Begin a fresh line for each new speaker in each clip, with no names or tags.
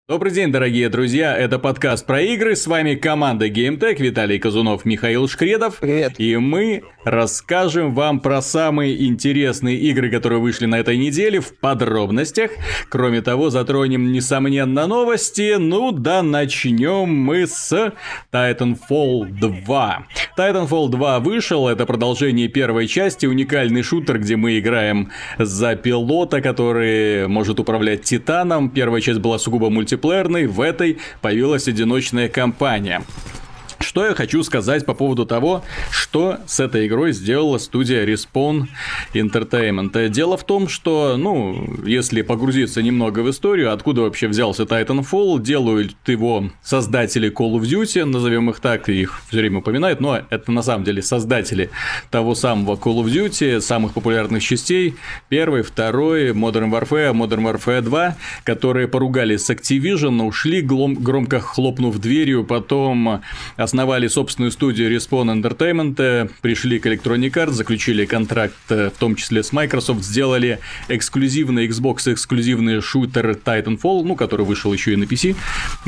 Добрый день, дорогие друзья, это подкаст про игры, с вами команда GameTech, Виталий Казунов, Михаил Шкредов.
Привет.
И мы расскажем вам про самые интересные игры, которые вышли на этой неделе в подробностях. Кроме того, затронем, несомненно, новости. Начнем мы с Titanfall 2. Titanfall 2 вышел, это продолжение первой части, уникальный шутер, где мы играем за пилота, который может управлять Титаном. Первая часть была сугубо мультиплеерной, в этой появилась одиночная кампания. Что я хочу сказать по поводу того, что с этой игрой сделала студия Respawn Entertainment. Дело в том, что, если погрузиться немного в историю, откуда вообще взялся Titanfall, делают его создатели Call of Duty, назовем их так, их все время упоминают, но это на самом деле создатели того самого Call of Duty, самых популярных частей, первый, второй, Modern Warfare 2, которые поругались с Activision, ушли, громко хлопнув дверью, потом основали собственную студию Respawn Entertainment, пришли к Electronic Arts, заключили контракт в том числе с Microsoft, сделали эксклюзивный Xbox, эксклюзивный шутер Titanfall, который вышел еще и на PC.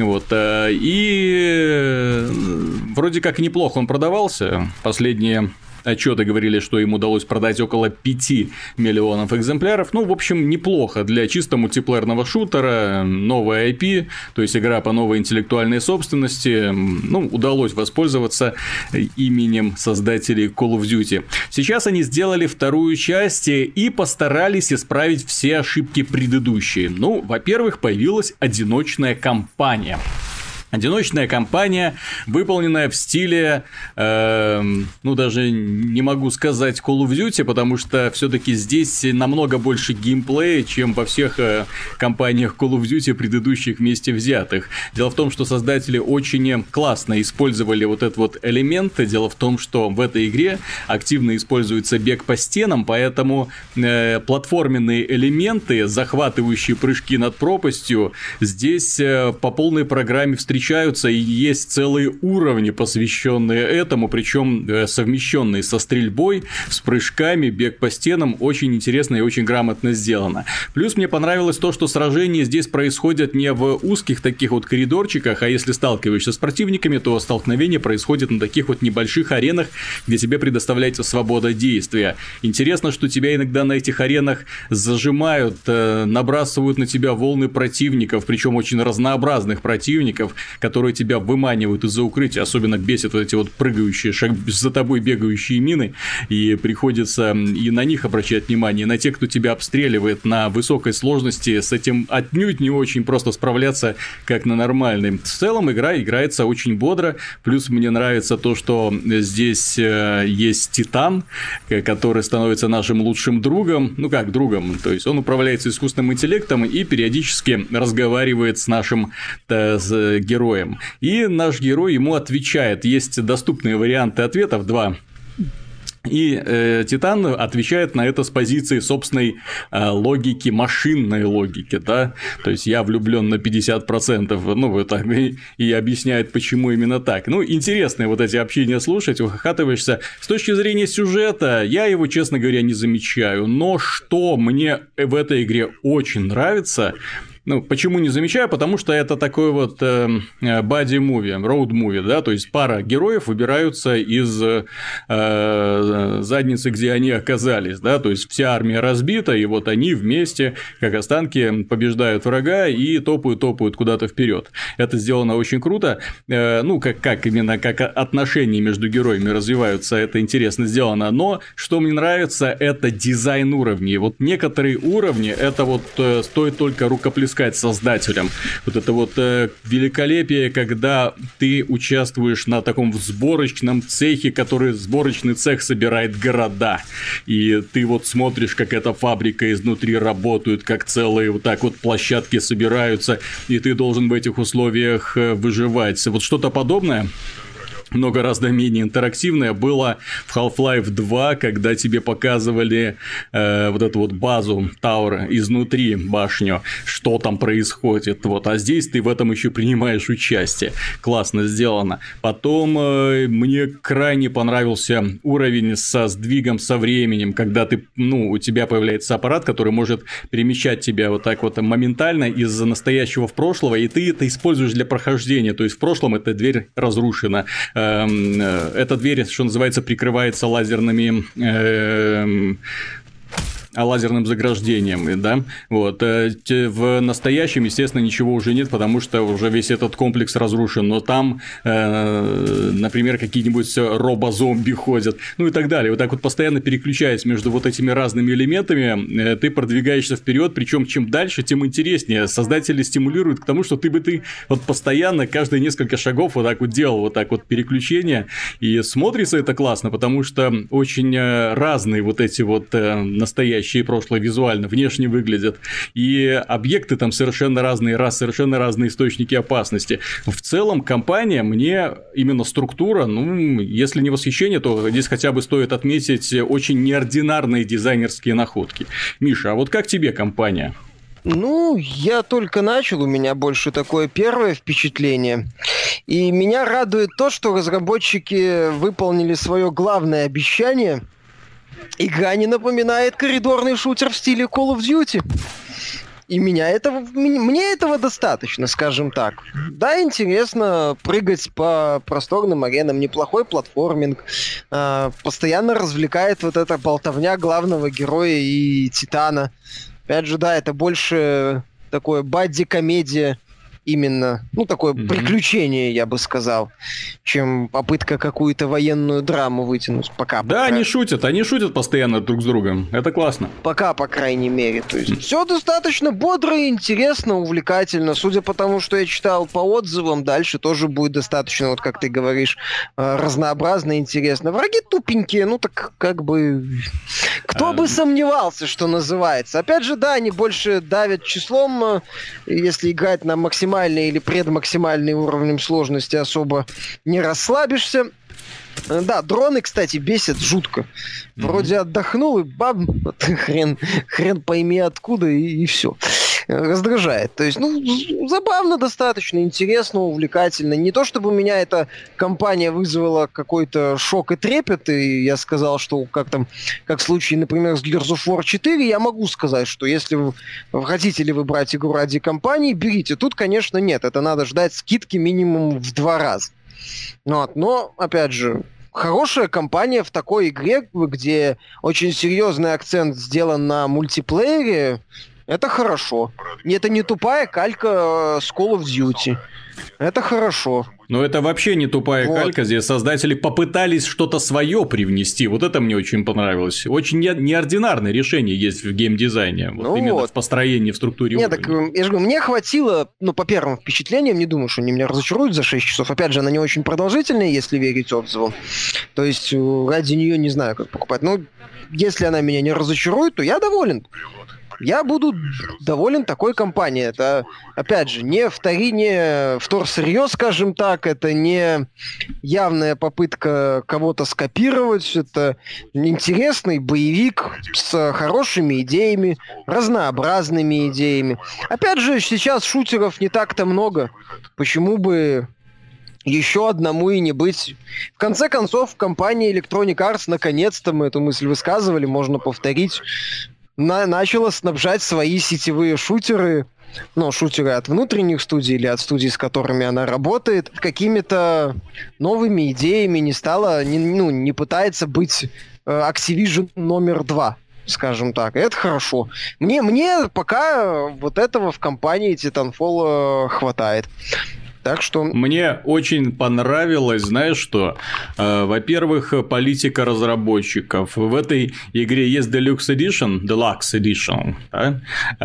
И вроде как неплохо он продавался. Последние отчеты говорили, что им удалось продать около 5 миллионов экземпляров. В общем, неплохо для чисто мультиплеерного шутера, новая IP, то есть игра по новой интеллектуальной собственности. Удалось воспользоваться именем создателей Call of Duty. Сейчас они сделали вторую часть и постарались исправить все ошибки предыдущие. Во-первых, появилась одиночная кампания. Одиночная кампания, выполненная в стиле, даже не могу сказать Call of Duty, потому что все-таки здесь намного больше геймплея, чем во всех кампаниях Call of Duty предыдущих вместе взятых. Дело в том, что создатели очень классно использовали вот этот вот элемент. Дело в том, что в этой игре активно используется бег по стенам, поэтому платформенные элементы, захватывающие прыжки над пропастью, здесь по полной программе встречаются, и есть целые уровни, посвященные этому, причем совмещенные со стрельбой, с прыжками, бег по стенам. Очень интересно и очень грамотно сделано. Плюс мне понравилось то, что сражения здесь происходят не в узких таких вот коридорчиках, а если сталкиваешься с противниками, то столкновение происходит на таких вот небольших аренах, где тебе предоставляется свобода действия. Интересно, что тебя иногда на этих аренах зажимают, набрасывают на тебя волны противников, причем очень разнообразных противников, которые тебя выманивают из-за укрытия. Особенно бесят вот эти вот прыгающие, за тобой бегающие мины, и приходится и на них обращать внимание, на тех, кто тебя обстреливает на высокой сложности. С этим отнюдь не очень просто справляться, как на нормальной. В целом игра играется очень бодро, плюс мне нравится то, что здесь есть Титан, который становится нашим лучшим другом, как другом, то есть он управляется искусственным интеллектом и периодически разговаривает с нашим героем. И наш герой ему отвечает. Есть доступные варианты ответов, 2. И Титан отвечает на это с позиции собственной логики, машинной логики, да, то есть я влюблен на 50%, и объясняет, почему именно так. Интересные вот эти общения слушать, ухахатываешься. С точки зрения сюжета, я его, честно говоря, не замечаю, но что мне в этой игре очень нравится. Почему не замечаю? Потому что это такой вот бади-муви, роуд-муви, да, то есть пара героев выбираются из задницы, где они оказались, да, то есть вся армия разбита, и вот они вместе, как останки, побеждают врага и топают куда-то вперед. Это сделано очень круто, как отношения между героями развиваются, это интересно сделано, но что мне нравится, это дизайн уровней. Вот некоторые уровни, это вот стоит только рукоплескать создателям. Вот это вот великолепие, когда ты участвуешь на таком сборочном цехе, который сборочный цех собирает города. И ты вот смотришь, как эта фабрика изнутри работает, как целые вот так вот площадки собираются, и ты должен в этих условиях выживать. Вот что-то подобное но гораздо менее интерактивное было в Half-Life 2, когда тебе показывали вот эту вот базу Tower изнутри, башню, что там происходит. Вот. А здесь ты в этом еще принимаешь участие. Классно сделано. Потом мне крайне понравился уровень со сдвигом со временем, когда ты, у тебя появляется аппарат, который может перемещать тебя вот так вот моментально из настоящего в прошлого, и ты это используешь для прохождения. То есть в прошлом эта дверь разрушена. Эта дверь, что называется, прикрывается лазерным заграждением, да, вот, в настоящем, естественно, ничего уже нет, потому что уже весь этот комплекс разрушен, но там, например, какие-нибудь робозомби ходят, и так далее, вот так вот постоянно переключаясь между вот этими разными элементами, ты продвигаешься вперед, причем чем дальше, тем интереснее, создатели стимулируют к тому, что ты вот постоянно каждые несколько шагов вот так вот делал вот так вот переключения, и смотрится это классно, потому что очень разные вот эти вот настоящие и прошлое визуально, внешне выглядят. И объекты там совершенно разные, совершенно разные источники опасности. В целом, компания, мне именно структура, если не восхищение, то здесь хотя бы стоит отметить очень неординарные дизайнерские находки. Миша, а вот как тебе компания?
Я только начал, у меня больше такое первое впечатление. И меня радует то, что разработчики выполнили свое главное обещание. Игра не напоминает коридорный шутер в стиле Call of Duty. И мне этого достаточно, скажем так. Да, интересно прыгать по просторным аренам, неплохой платформинг. Постоянно развлекает вот эта болтовня главного героя и Титана. Опять же, да, это больше такое бадди-комедия. Именно, такое приключение, я бы сказал, чем попытка какую-то военную драму вытянуть. Пока.
Да, они шутят постоянно друг с другом. Это классно.
Пока, по крайней мере. То есть все достаточно бодро, интересно, увлекательно. Судя по тому, что я читал по отзывам, дальше тоже будет достаточно, вот как ты говоришь, разнообразно, интересно. Враги тупенькие, так как бы... Кто бы сомневался, что называется. Опять же, да, они больше давят числом, если играть на максимальный или предмаксимальный уровнем сложности, особо не расслабишься. Да, дроны, кстати, бесят жутко. Вроде отдохнул, и бам, хрен пойми откуда, и все. Раздражает. То есть, забавно достаточно, интересно, увлекательно. Не то, чтобы у меня эта компания вызвала какой-то шок и трепет, и я сказал, что как в случае, например, с Gears of War 4, я могу сказать, что если вы хотите ли вы брать игру ради компании, берите. Тут, конечно, нет. Это надо ждать скидки минимум в 2 раза. Но, опять же, хорошая компания в такой игре, где очень серьезный акцент сделан на мультиплеере, это хорошо. Это не тупая калька с Call of Duty. Это хорошо.
Но это вообще не тупая калька. Здесь создатели попытались что-то свое привнести. Вот это мне очень понравилось. Очень неординарное решение есть в геймдизайне. Именно в построении, в структуре
уровня. Так, я же говорю, мне хватило, по первым впечатлениям, не думаю, что они меня разочаруют за 6 часов. Опять же, она не очень продолжительная, если верить отзывам. То есть, ради нее не знаю, как покупать. Если она меня не разочарует, то я доволен. Я буду доволен такой компанией. Это, опять же, не вторсырье, скажем так, это не явная попытка кого-то скопировать, это интересный боевик с хорошими идеями, разнообразными идеями. Опять же, сейчас шутеров не так-то много. Почему бы еще одному и не быть? В конце концов, компания Electronic Arts, наконец-то, мы эту мысль высказывали, можно повторить, начала снабжать свои сетевые шутеры, шутеры от внутренних студий или от студий, с которыми она работает, какими-то новыми идеями, не пытается быть Activision номер 2, скажем так. И это хорошо. Мне пока вот этого в компании Titanfall хватает. Так что...
Мне очень понравилось, знаешь что? Во-первых, политика разработчиков. В этой игре есть Deluxe Edition, да?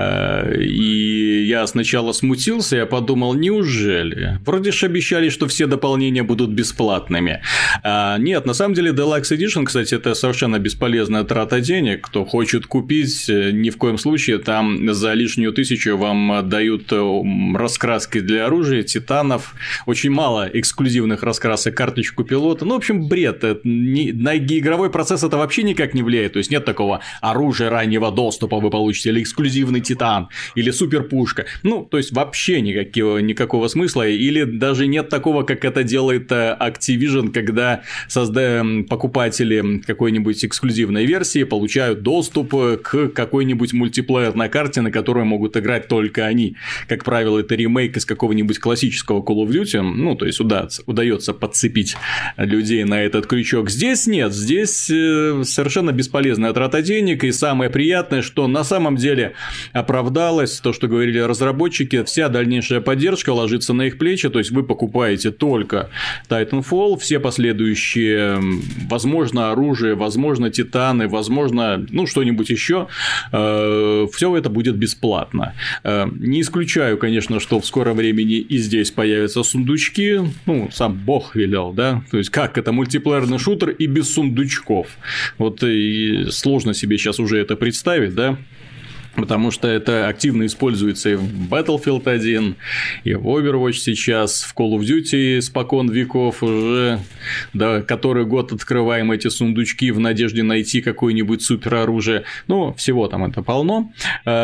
И я сначала смутился, я подумал, неужели? Вроде же обещали, что все дополнения будут бесплатными. Нет, на самом деле Deluxe Edition, кстати, это совершенно бесполезная трата денег. Кто хочет купить, ни в коем случае, там за лишнюю 1000 вам дают раскраски для оружия, титана, экранов, очень мало эксклюзивных раскрасок, карточку пилота. Ну, в общем, бред. На игровой процесс это вообще никак не влияет. То есть нет такого оружия раннего доступа вы получите, или эксклюзивный титан, или суперпушка. Ну, то есть вообще никакого смысла. Или даже нет такого, как это делает Activision, когда покупатели какой-нибудь эксклюзивной версии получают доступ к какой-нибудь мультиплеерной карте, на которой могут играть только они. Как правило, это ремейк из какого-нибудь классического Call of Duty. Ну, то есть удается подцепить людей на этот крючок. Здесь нет. Здесь совершенно бесполезная трата денег. И самое приятное, что на самом деле оправдалось то, что говорили разработчики. Вся дальнейшая поддержка ложится на их плечи. То есть вы покупаете только Titanfall, все последующие, возможно, оружие, возможно, титаны, возможно, ну, что-нибудь еще. Все это будет бесплатно. Не исключаю, конечно, что в скором времени и здесь появятся сундучки. Ну, сам бог велел, да? То есть, как это мультиплеерный шутер и без сундучков? Вот и сложно себе сейчас уже это представить, да? Потому что это активно используется и в Battlefield 1, и в Overwatch сейчас, в Call of Duty испокон веков уже, да, который год открываем эти сундучки в надежде найти какое-нибудь супероружие. Ну, всего там это полно.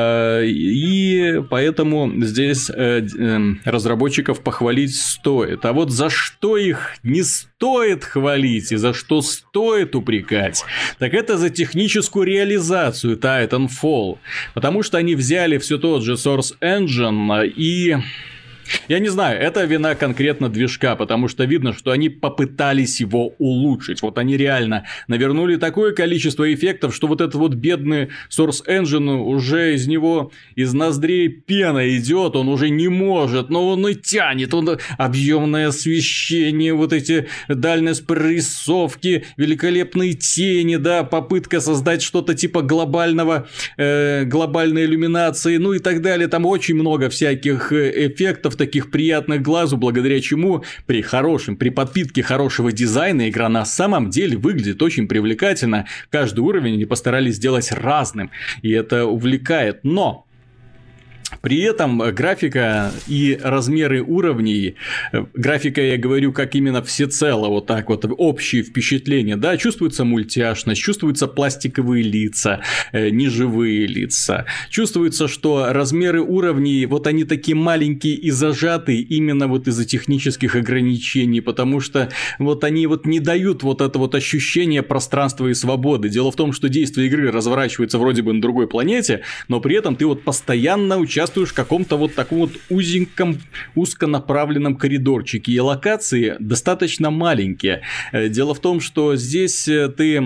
И поэтому здесь разработчиков похвалить стоит. А вот за что их не стоит хвалить и за что стоит упрекать, так это за техническую реализацию Titanfall. Потому что они взяли все тот же Source Engine и... Я не знаю, это вина конкретно движка, потому что видно, что они попытались его улучшить. Вот они реально навернули такое количество эффектов, что вот этот вот бедный Source Engine, уже из ноздрей пена идет, он уже не может, но он и тянет, объемное освещение, вот эти дальность прорисовки, великолепные тени, да, попытка создать что-то типа глобальной иллюминации, ну и так далее. Там очень много всяких эффектов, таких приятных глазу, благодаря чему при подпитке хорошего дизайна игра на самом деле выглядит очень привлекательно. Каждый уровень они постарались сделать разным, и это увлекает. Но при этом графика и размеры уровней, графика, я говорю, как именно всецело, вот так вот, общие впечатления, да, чувствуется мультяшность, чувствуются пластиковые лица, неживые лица, чувствуется, что размеры уровней, вот они такие маленькие и зажатые именно вот из-за технических ограничений, потому что вот они вот не дают вот это вот ощущение пространства и свободы. Дело в том, что действие игры разворачивается вроде бы на другой планете, но при этом ты вот постоянно участвуешь в каком-то вот таком вот узеньком, узконаправленном коридорчике, и локации достаточно маленькие. Дело в том, что здесь ты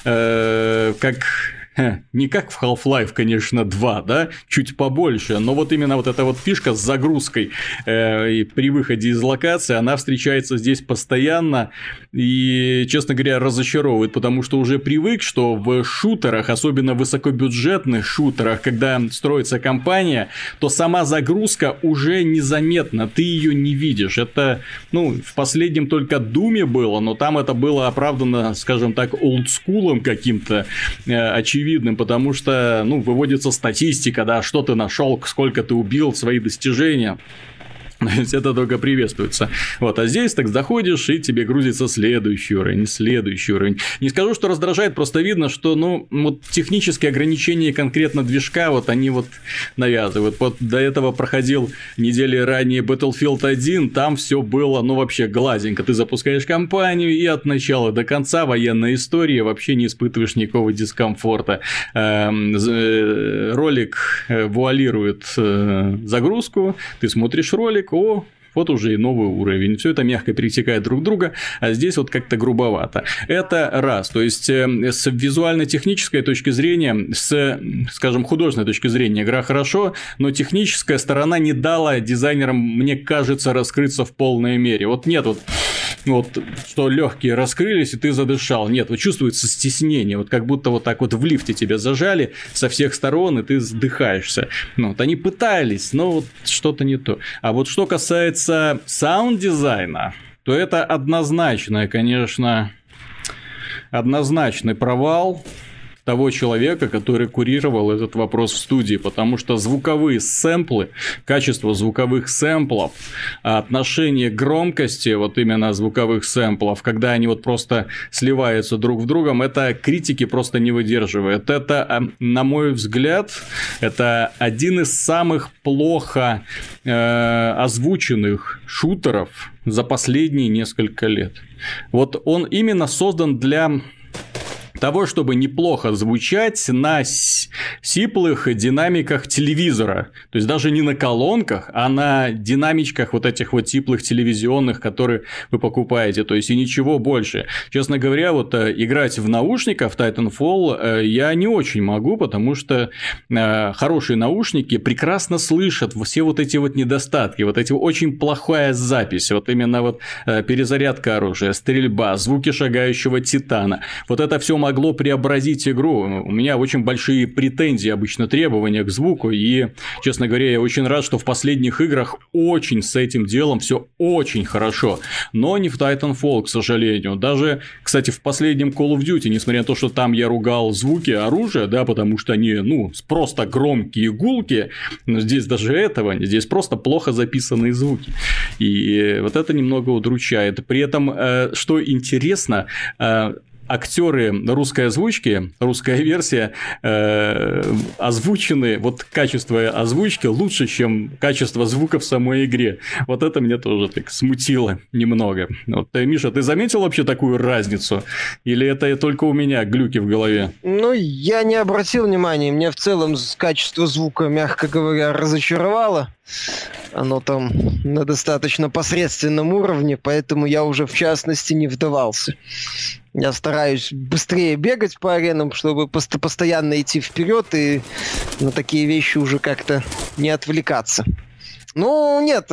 не как в Half-Life, конечно, 2, да, чуть побольше, но вот именно вот эта вот фишка с загрузкой и при выходе из локации, она встречается здесь постоянно и, честно говоря, разочаровывает, потому что уже привык, что в шутерах, особенно высокобюджетных шутерах, когда строится кампания, то сама загрузка уже незаметна, ты ее не видишь. Это, ну, в последнем только Думе было, но там это было оправдано, скажем так, олдскулом каким-то очевидным, потому что, ну, выводится статистика, да, что ты нашел, сколько ты убил, свои достижения. Это только приветствуется. Вот, а здесь так заходишь, и тебе грузится следующий уровень. Не скажу, что раздражает, просто видно, что, ну, вот технические ограничения конкретно движка, вот они вот навязывают. Вот до этого проходил недели ранее Battlefield 1, там все было, ну, вообще гладенько. Ты запускаешь кампанию, и от начала до конца военная история, вообще не испытываешь никакого дискомфорта. Ролик вуалирует загрузку, ты смотришь ролик, вот уже и новый уровень. Все это мягко перетекает друг в друга, а здесь вот как-то грубовато. Это раз. То есть, с визуально-технической точки зрения, с, скажем, художественной точки зрения, игра хорошо, но техническая сторона не дала дизайнерам, мне кажется, раскрыться в полной мере. Вот нет вот что легкие раскрылись, и ты задышал. Нет, вот чувствуется стеснение, вот как будто вот так вот в лифте тебя зажали со всех сторон, и ты задыхаешься. Ну, вот они пытались, но вот что-то не то. А вот что касается саунд-дизайна, то это однозначно, конечно, однозначный провал. того человека, который курировал этот вопрос в студии, потому что звуковые сэмплы, качество звуковых сэмплов, отношение громкости вот именно звуковых сэмплов, когда они вот просто сливаются друг в другом, это критики просто не выдерживает. Это, на мой взгляд, это один из самых плохо озвученных шутеров за последние несколько лет. Вот он именно создан для того, чтобы неплохо звучать на сиплых динамиках телевизора. То есть, даже не на колонках, а на динамичках вот этих вот сиплых телевизионных, которые вы покупаете. То есть, и ничего больше. Честно говоря, вот играть в наушниках в Titanfall я не очень могу, потому что хорошие наушники прекрасно слышат все вот эти вот недостатки. Вот эти очень плохая запись. Вот именно вот перезарядка оружия, стрельба, звуки шагающего титана. Вот это все могло преобразить игру. У меня очень большие претензии, обычно требования к звуку, и, честно говоря, я очень рад, что в последних играх очень с этим делом все очень хорошо, но не в Titanfall, к сожалению. Даже, кстати, в последнем Call of Duty, несмотря на то, что там я ругал звуки оружия, да, потому что они, просто громкие гулки, но здесь даже этого, здесь просто плохо записанные звуки, и вот это немного удручает. При этом, что интересно, актеры русской озвучки, русская версия, озвучены, вот качество озвучки лучше, чем качество звука в самой игре. Вот это меня тоже так смутило немного. Вот, Миша, ты заметил вообще такую разницу? Или это только у меня глюки в голове?
Я не обратил внимания. Меня в целом качество звука, мягко говоря, разочаровало. Оно там на достаточно посредственном уровне, поэтому я уже в частности не вдавался. Я стараюсь быстрее бегать по аренам, чтобы постоянно идти вперед и на такие вещи уже как-то не отвлекаться. Нет,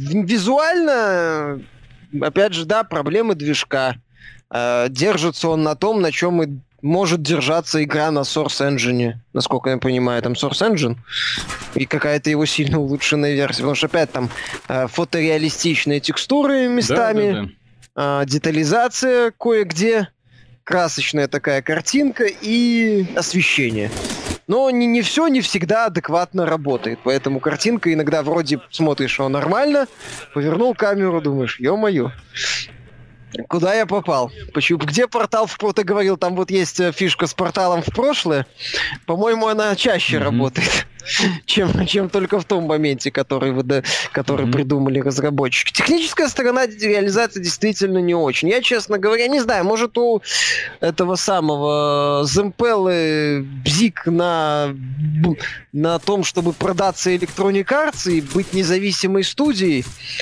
визуально, опять же, да, проблемы движка. Держится он на том, на чем и может держаться игра на Source Engine, насколько я понимаю, там Source Engine и какая-то его сильно улучшенная версия, потому что опять там фотореалистичные текстуры местами, детализация кое-где, красочная такая картинка и освещение. Но не все не всегда адекватно работает, поэтому картинка иногда вроде смотришь, что нормально, повернул камеру, думаешь, ё-моё. Куда я попал? Почему? Где портал в прошлое? Ты говорил, там вот есть фишка с порталом в прошлое. По-моему, она чаще работает, чем только в том моменте, который придумали разработчики. Техническая сторона реализации действительно не очень. Я, честно говоря, не знаю, может у этого самого Земпеллы бзик на том, чтобы продаться Electronic Arts и быть независимой студией,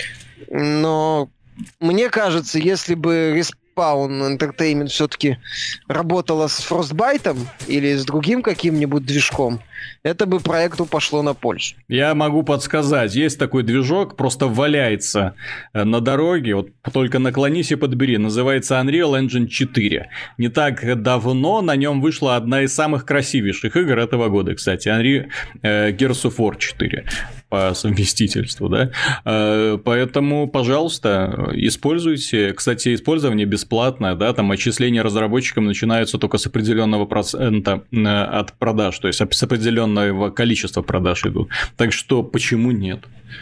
но мне кажется, если бы Respawn Entertainment все-таки работала с Frostbite или с другим каким-нибудь движком, это бы проекту пошло на пользу.
Я могу подсказать. Есть такой движок, просто валяется на дороге, вот только наклонись и подбери. Называется Unreal Engine 4. Не так давно на нем вышла одна из самых красивейших игр этого года, кстати. Gears of War 4 по совместительству, да. Поэтому, пожалуйста, используйте. Кстати, использование бесплатное, да, там отчисления разработчикам начинаются только с определенного процента от продаж, то есть с определенного количества продаж идут. Так что почему нет?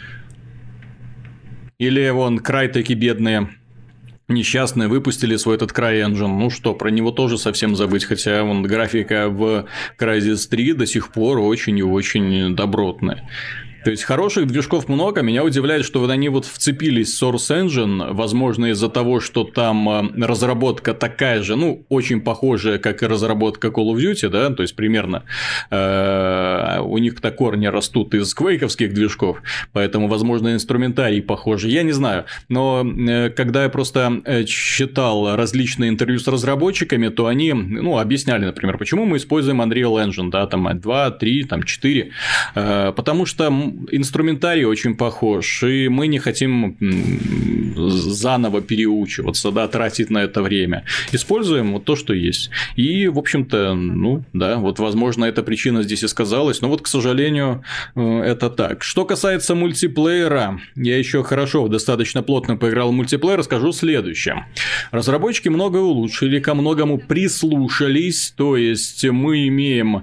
Или вон Crytek бедные несчастные выпустили свой этот CryEngine. Про него тоже совсем забыть, хотя вон графика в Crysis 3 до сих пор очень и очень добротная. То есть хороших движков много. Меня удивляет, что они вот вцепились в Source Engine, возможно, из-за того, что там разработка такая же, очень похожая, как и разработка Call of Duty, да, то есть примерно у них-то корни растут из квейковских движков, поэтому, возможно, инструментарий похожий, я не знаю. Но когда я просто читал различные интервью с разработчиками, то они, объясняли, например, почему мы используем Unreal Engine, да, там 2, 3, там 4, потому что инструментарий очень похож, и мы не хотим заново переучиваться, да, тратить на это время. Используем вот то, что есть. И, в общем-то, ну, да, вот, возможно, эта причина здесь и сказалась, но вот, к сожалению, это так. Что касается мультиплеера, я еще хорошо, достаточно плотно поиграл в мультиплеер, скажу следующее. Разработчики многое улучшили, ко многому прислушались, то есть мы имеем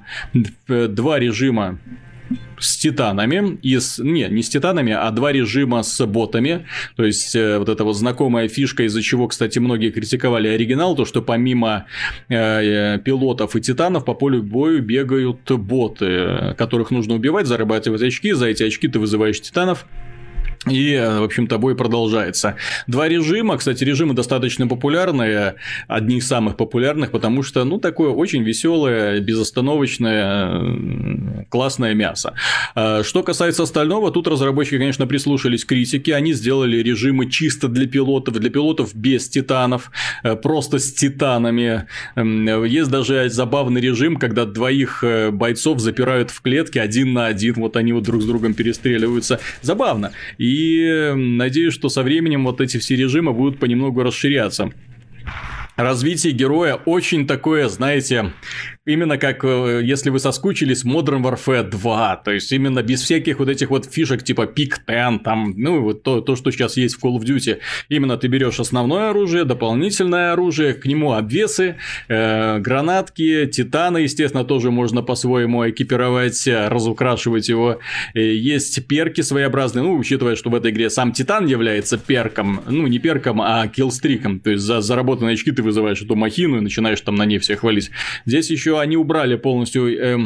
2 режима с титанами, не с титанами, а 2 режима с ботами, то есть вот эта вот знакомая фишка, из-за чего, кстати, многие критиковали оригинал, то, что помимо пилотов и титанов по полю боя бегают боты, которых нужно убивать, зарабатывать очки, за эти очки ты вызываешь титанов. И, в общем-то, бой продолжается. 2 режима, кстати, режимы достаточно популярные, одни из самых популярных, потому что, ну, такое очень веселое, безостановочное, классное мясо. Что касается остального, тут разработчики, конечно, прислушались к критике, они сделали режимы чисто для пилотов без титанов, просто с титанами. Есть даже забавный режим, когда 2 бойцов запирают в клетке 1 на 1, вот они вот друг с другом перестреливаются. Забавно. И надеюсь, что со временем вот эти все режимы будут понемногу расширяться. Развитие героя очень такое, знаете, именно как если вы соскучились Modern Warfare 2, то есть именно без всяких вот этих вот фишек типа Pick 10, там, ну вот то, что сейчас есть в Call of Duty. Именно ты берешь основное оружие, дополнительное оружие, к нему обвесы, гранатки, титаны, естественно, тоже можно по-своему экипировать, разукрашивать его. Есть перки своеобразные, ну, учитывая, что в этой игре сам титан является перком, ну, не перком, а киллстриком, то есть за заработанные очки ты вызываешь эту махину и начинаешь там на ней всех валить. Здесь еще они убрали полностью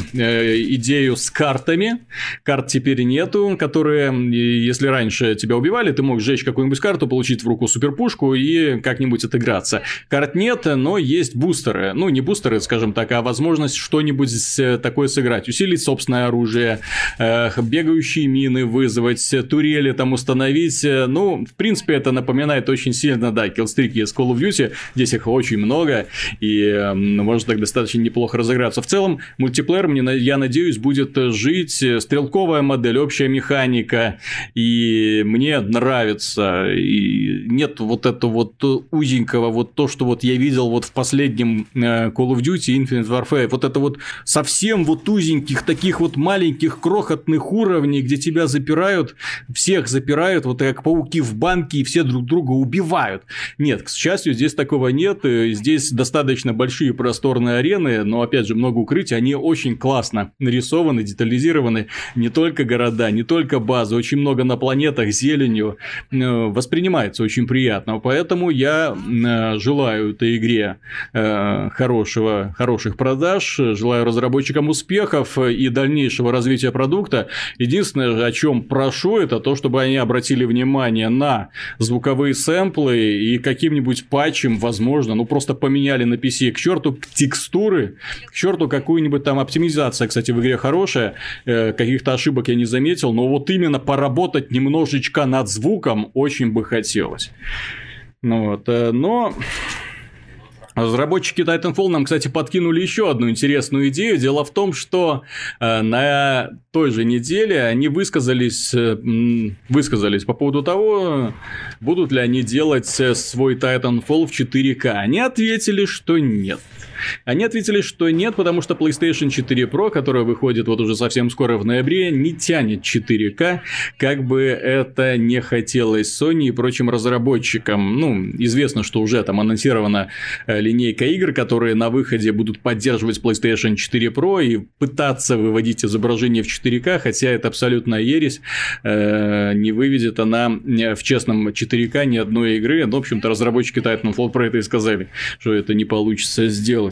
идею с картами. Карт теперь нету, которые, если раньше тебя убивали, ты мог сжечь какую-нибудь карту, получить в руку суперпушку и как-нибудь отыграться. Карт нет, но есть бустеры. Ну, не бустеры, скажем так, а возможность что-нибудь такое сыграть. Усилить собственное оружие, бегающие мины вызвать, турели там установить. Ну, в принципе, это напоминает очень сильно, да, киллстрики из Call of Duty. Здесь их очень много, и можно так достаточно неплохо разыграться. В целом, мультиплеер, я надеюсь, будет жить, стрелковая модель, общая механика, и мне нравится, и нет вот этого вот узенького, вот то, что вот я видел вот в последнем Call of Duty Infinite Warfare, вот это вот совсем вот узеньких, таких вот маленьких, крохотных уровней, где тебя запирают, всех запирают, вот как пауки в банке, и все друг друга убивают. Нет, к счастью, здесь такого нет, здесь достаточно большие просторные арены, но, опять же, много укрытий, они очень классно нарисованы, детализированы, не только города, не только базы, очень много на планетах, зеленью, воспринимается очень приятно, поэтому я желаю этой игре хороших продаж, желаю разработчикам успехов и дальнейшего развития продукта. Единственное, о чем прошу, это то, чтобы они обратили внимание на звуковые сэмплы и каким-нибудь патчем, возможно, ну просто поменяли на PC, к черту текстуры, к черту какую-нибудь там оптимизация, кстати, в игре хорошая, каких-то ошибок я не заметил, но вот именно поработать немножечко над звуком очень бы хотелось. Ну вот, но... Разработчики Titanfall нам, кстати, подкинули еще одну интересную идею. Дело в том, что на той же неделе они высказались по поводу того, будут ли они делать свой Titanfall в 4К. Они ответили, что нет. Они ответили, что нет, потому что PlayStation 4 Pro, которая выходит вот уже совсем скоро в ноябре, не тянет 4К, как бы это не хотелось Sony и прочим разработчикам. Ну, известно, что уже там анонсирована линейка игр, которые на выходе будут поддерживать PlayStation 4 Pro и пытаться выводить изображение в 4К, хотя это абсолютная ересь, не выведет она в честном 4К ни одной игры. Ну, в общем-то, разработчики Titanfall про это и сказали, что это не получится сделать.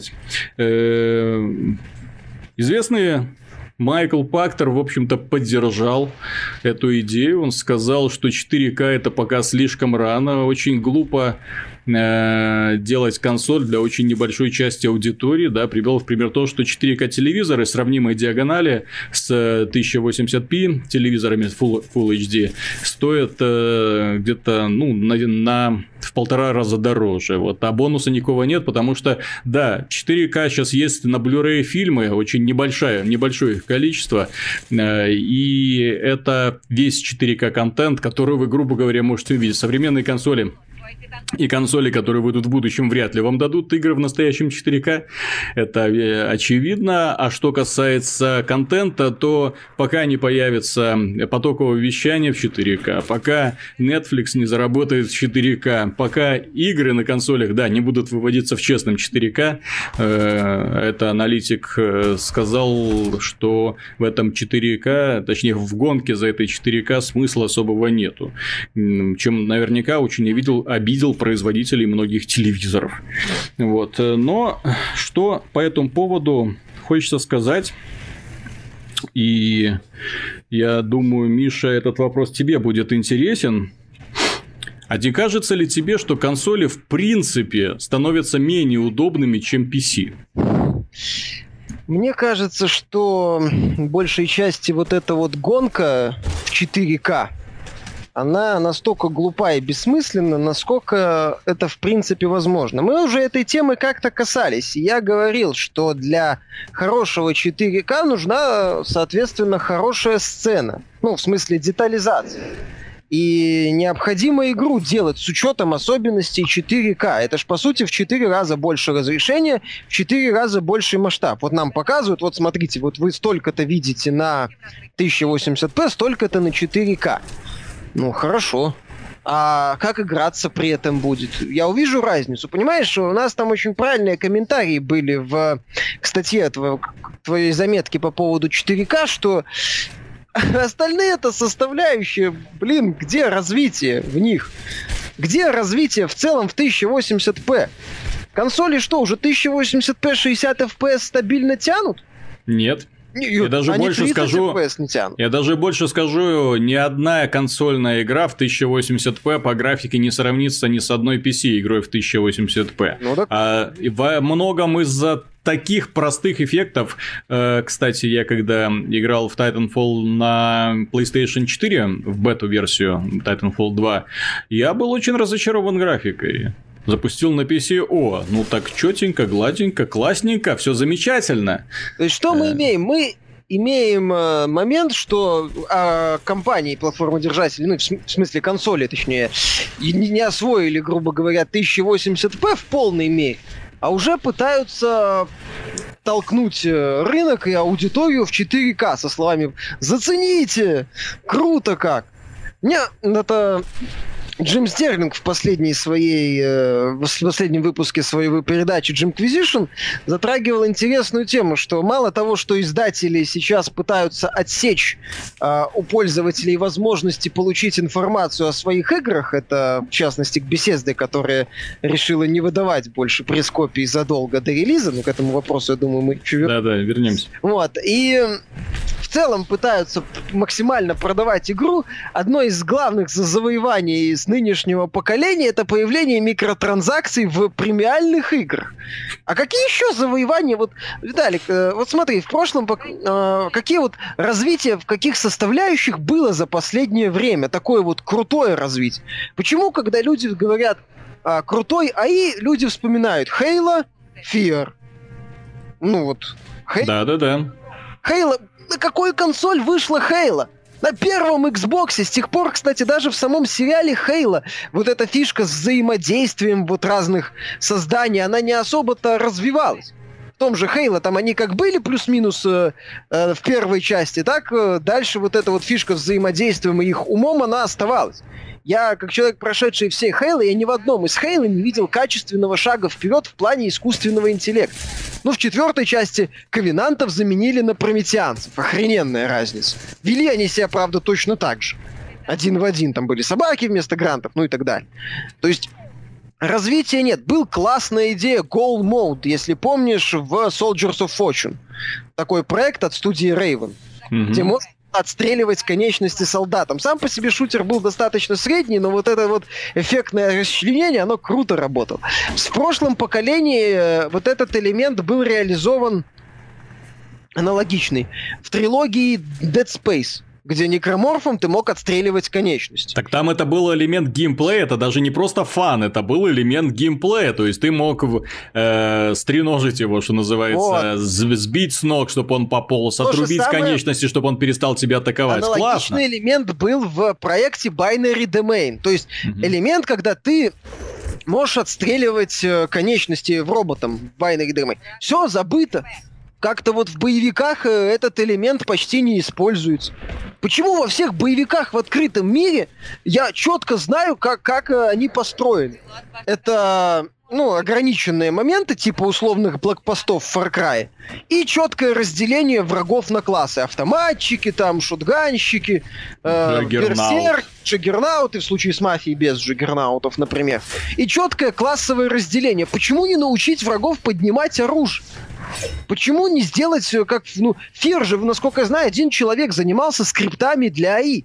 Известный Майкл Пактер, в общем-то, поддержал эту идею. Он сказал, что 4К это пока слишком рано. Очень глупо делать консоль для очень небольшой части аудитории, да, привел в пример то, что 4К телевизоры сравнимой диагонали с 1080p телевизорами Full HD стоят где-то, в 1,5 раза дороже. Вот. А бонуса никакого нет, потому что, да, 4К сейчас есть на Blu-ray фильмы, очень небольшое их количество, и это весь 4К контент, который вы, грубо говоря, можете увидеть. Современные консоли и консоли, которые выйдут в будущем, вряд ли вам дадут игры в настоящем 4К. Это очевидно. А что касается контента, то пока не появится потоковое вещание в 4К, пока Netflix не заработает в 4К, пока игры на консолях, да, не будут выводиться в честном 4К, это аналитик сказал, что в этом 4К, точнее в гонке за этой 4К смысла особого нету. Чем наверняка очень обидел производителей многих телевизоров. Вот. Но что по этому поводу хочется сказать, и я думаю, Миша, этот вопрос тебе будет интересен. А не кажется ли тебе, что консоли в принципе становятся менее удобными, чем PC?
Мне кажется, что в большей части вот эта вот гонка в 4К, она настолько глупа и бессмысленна, насколько это в принципе возможно. Мы уже этой темы как-то касались. Я говорил, что для хорошего 4К нужна, соответственно, хорошая сцена. В смысле детализации. И необходимо игру делать с учетом особенностей 4К. Это ж, по сути, в 4 раза больше разрешения, в 4 раза больше масштаб. Вот нам показывают, вот смотрите, вот вы столько-то видите на 1080p, столько-то на 4К. Хорошо. А как играться при этом будет? Я увижу разницу. Понимаешь, у нас там очень правильные комментарии были к статье твоей заметки по поводу 4К, что остальные-то составляющие, где развитие в них? Где развитие в целом в 1080p? Консоли что, уже 1080p 60 FPS стабильно тянут?
Нет. Я даже больше скажу, ни одна консольная игра в 1080p по графике не сравнится ни с одной PC-игрой в 1080p. Во многом из-за таких простых эффектов. Кстати, я когда играл в Titanfall на PlayStation 4, в бету-версию Titanfall 2, я был очень разочарован графикой. Запустил на PC, так чётенько, гладенько, классненько, все замечательно.
То есть что мы имеем? Мы имеем момент, что компании, платформодержатели, в смысле консоли, точнее, не освоили, грубо говоря, 1080p в полной мере, а уже пытаются толкнуть рынок и аудиторию в 4К со словами «Зацените! Круто как!» Это Джим Стерлинг в последнем выпуске своей передачи Jimquisition затрагивал интересную тему, что мало того, что издатели сейчас пытаются отсечь у пользователей возможности получить информацию о своих играх, это в частности к Bethesda, которая решила не выдавать больше пресс-копий задолго до релиза, к этому вопросу, я думаю, мы еще
вернемся.
И в целом пытаются максимально продавать игру. Одно из главных завоеваний с нынешнего поколения — это появление микротранзакций в премиальных играх. А какие еще завоевания? Виталик, смотри, в прошлом какие развития, в каких составляющих было за последнее время? Такое крутое развитие. Почему, когда люди говорят крутой АИ, люди вспоминают Halo, Fear?
Да.
Halo... На какой консоль вышла Halo? На первом Xbox. С тех пор, кстати, даже в самом сериале Halo эта фишка с взаимодействием разных созданий, она не особо-то развивалась. В том же Halo, там они как были плюс-минус в первой части, так дальше эта фишка с взаимодействием и их умом, она оставалась. Я, как человек, прошедший все Halo, я ни в одном из Halo не видел качественного шага вперед в плане искусственного интеллекта. В 4-й части ковенантов заменили на прометеанцев. Охрененная разница. Вели они себя, правда, точно так же. 1 в 1. Там были собаки вместо грантов, и так далее. То есть развития нет. Был классная идея Goal Mode, если помнишь, в Soldiers of Fortune. Такой проект от студии Raven. Где отстреливать конечности солдатам. Сам по себе шутер был достаточно средний, но вот это вот эффектное расчленение, оно круто работало. В прошлом поколении вот этот элемент был реализован аналогичный в трилогии Dead Space, где некроморфом ты мог отстреливать конечности.
Так там это был элемент геймплея, это даже не просто фан, это был элемент геймплея, то есть ты мог стреножить его, что называется, сбить с ног, чтобы он пополз, отрубить конечности, чтобы он перестал тебя атаковать.
Аналогичный
Классно.
элемент был в проекте Binary Domain, то есть элемент, когда ты можешь отстреливать конечности в роботам в Binary Domain. Все забыто. Как-то вот в боевиках этот элемент почти не используется. Почему во всех боевиках в открытом мире я четко знаю, как они построены? Это, ограниченные моменты, типа условных блокпостов в Far Cry, и четкое разделение врагов на классы. Автоматчики, там, шотганщики, берсерк, джаггернауты, в случае с мафией без джаггернаутов, например. И четкое классовое разделение. Почему не научить врагов поднимать оружие? Почему не сделать, как, Фир же, насколько я знаю, один человек занимался скриптами для АИ.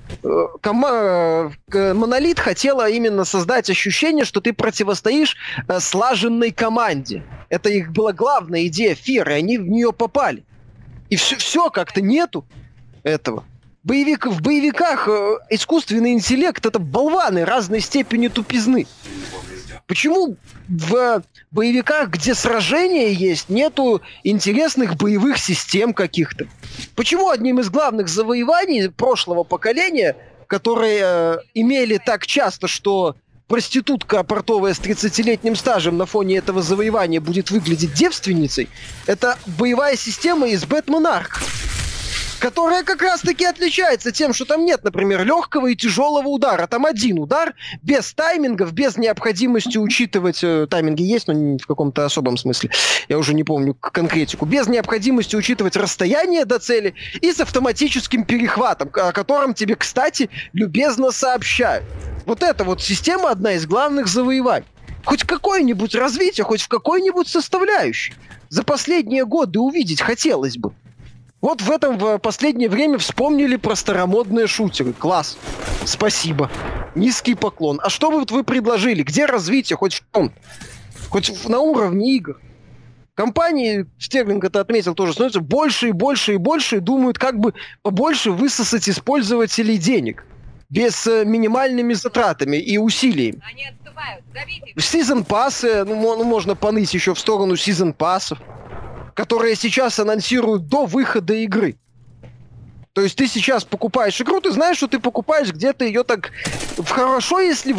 Монолит хотела именно создать ощущение, что ты противостоишь слаженной команде. Это их была главная идея Фира, и они в нее попали. И все как-то нету этого. В боевиках искусственный интеллект — это болваны разной степени тупизны. Почему в боевиках, где сражения есть, нету интересных боевых систем каких-то? Почему одним из главных завоеваний прошлого поколения, которые имели так часто, что проститутка портовая с 30-летним стажем на фоне этого завоевания будет выглядеть девственницей, это боевая система из Batman Arkham, которая как раз-таки отличается тем, что там нет, например, легкого и тяжелого удара. Там один удар, без таймингов, без необходимости учитывать... Тайминги есть, но не в каком-то особом смысле. Я уже не помню конкретику. Без необходимости учитывать расстояние до цели и с автоматическим перехватом, о котором тебе, кстати, любезно сообщают. Вот эта вот система одна из главных завоеваний. Хоть какое-нибудь развитие, хоть в какой-нибудь составляющей. За последние годы увидеть хотелось бы. Вот в последнее время вспомнили про старомодные шутеры. Класс. Спасибо. Низкий поклон. А что вы предложили? Где развитие? Хоть в чем? Хоть на уровне игр. Компании, Стерлинг это отметил тоже, становятся больше и больше и больше и думают, как бы побольше высосать из пользователей денег. Без минимальными затратами и усилиями. Они отступают. Сезон-пассы, можно поныть еще в сторону сезон-пассов, которые сейчас анонсируют до выхода игры. То есть ты сейчас покупаешь игру, ты знаешь, что ты покупаешь где-то ее так хорошо, если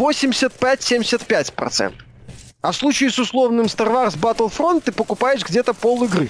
85-75%. А в случае с условным Star Wars Battlefront ты покупаешь где-то пол игры.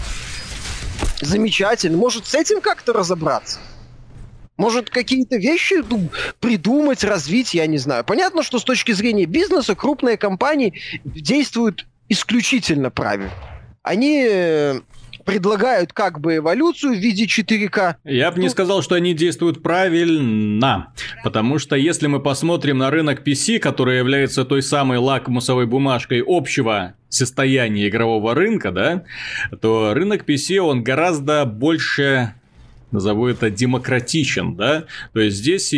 Замечательно. Может, с этим как-то разобраться? Может, какие-то вещи придумать, развить, я не знаю. Понятно, что с точки зрения бизнеса крупные компании действуют исключительно правильно. Они предлагают как бы эволюцию в виде 4К.
Я бы не сказал, что они действуют правильно, потому что если мы посмотрим на рынок PC, который является той самой лакмусовой бумажкой общего состояния игрового рынка, да, то рынок PC, он гораздо больше... назову это демократичен, да, то есть здесь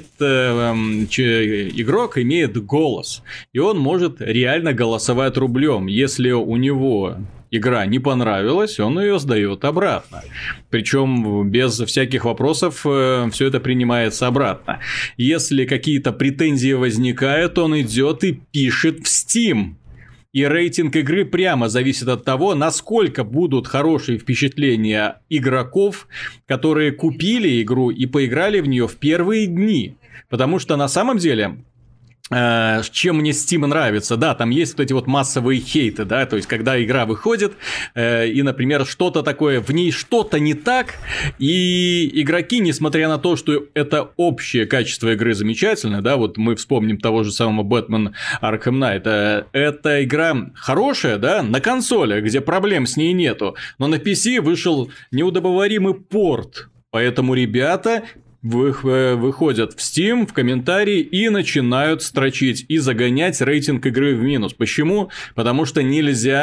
игрок имеет голос, и он может реально голосовать рублем, если у него игра не понравилась, он ее сдает обратно, причем без всяких вопросов все это принимается обратно. Если какие-то претензии возникают, он идет и пишет в Steam. И рейтинг игры прямо зависит от того, насколько будут хорошие впечатления игроков, которые купили игру и поиграли в нее в первые дни. Потому что на самом деле... чем мне Steam нравится, да, там есть вот эти вот массовые хейты, да, то есть когда игра выходит, и, например, что-то такое, в ней что-то не так, и игроки, несмотря на то, что это общее качество игры замечательное, да, вот мы вспомним того же самого Batman Arkham Knight, эта игра хорошая, да, на консоли, где проблем с ней нету, но на PC вышел неудобоваримый порт, поэтому ребята... выходят в Steam, в комментарии и начинают строчить и загонять рейтинг игры в минус. Почему? Потому что нельзя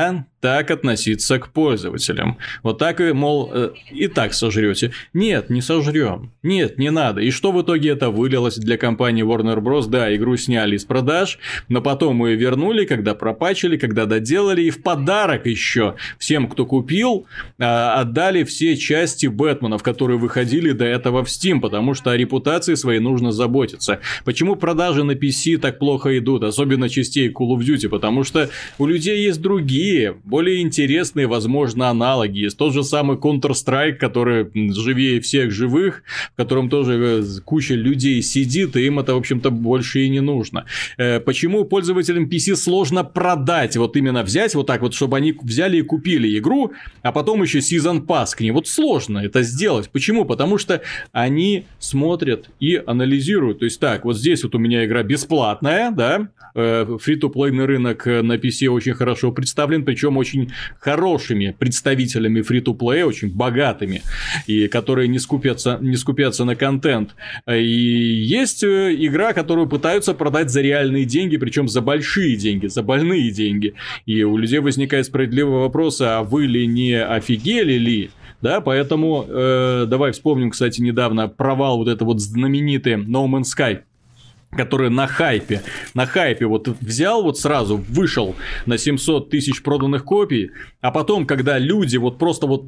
так относиться к пользователям. Вот так и, мол, и так сожрете. Нет, не сожрем. Нет, не надо. И что в итоге это вылилось для компании Warner Bros? Да, игру сняли из продаж, но потом ее вернули, когда пропатчили, когда доделали, и в подарок еще всем, кто купил, отдали все части Бэтменов, которые выходили до этого в Steam, потому что о репутации своей нужно заботиться. Почему продажи на PC так плохо идут, особенно частей Call of Duty? Потому что у людей есть другие, более интересные, возможно, аналоги. Есть тот же самый Counter-Strike, который живее всех живых, в котором тоже куча людей сидит, и им это, в общем-то, больше и не нужно. Почему пользователям PC сложно продать, вот именно взять вот так вот, чтобы они взяли и купили игру, а потом еще Season Pass к ней? Вот сложно это сделать. Почему? Потому что они смотрят и анализируют. То есть так, вот здесь вот у меня игра бесплатная, да, фри-то-плейный рынок на PC очень хорошо представлен, причем очень хорошими представителями фри-то-плея, очень богатыми, и которые не скупятся на контент. И есть игра, которую пытаются продать за реальные деньги, причем за большие деньги, за больные деньги. И у людей возникает справедливый вопрос, а вы ли не офигели ли? Да, поэтому давай вспомним, кстати, недавно провал вот это вот знаменитый No Man's Sky, который на хайпе вот взял, вот сразу вышел на 700 тысяч проданных копий, а потом, когда люди, вот просто вот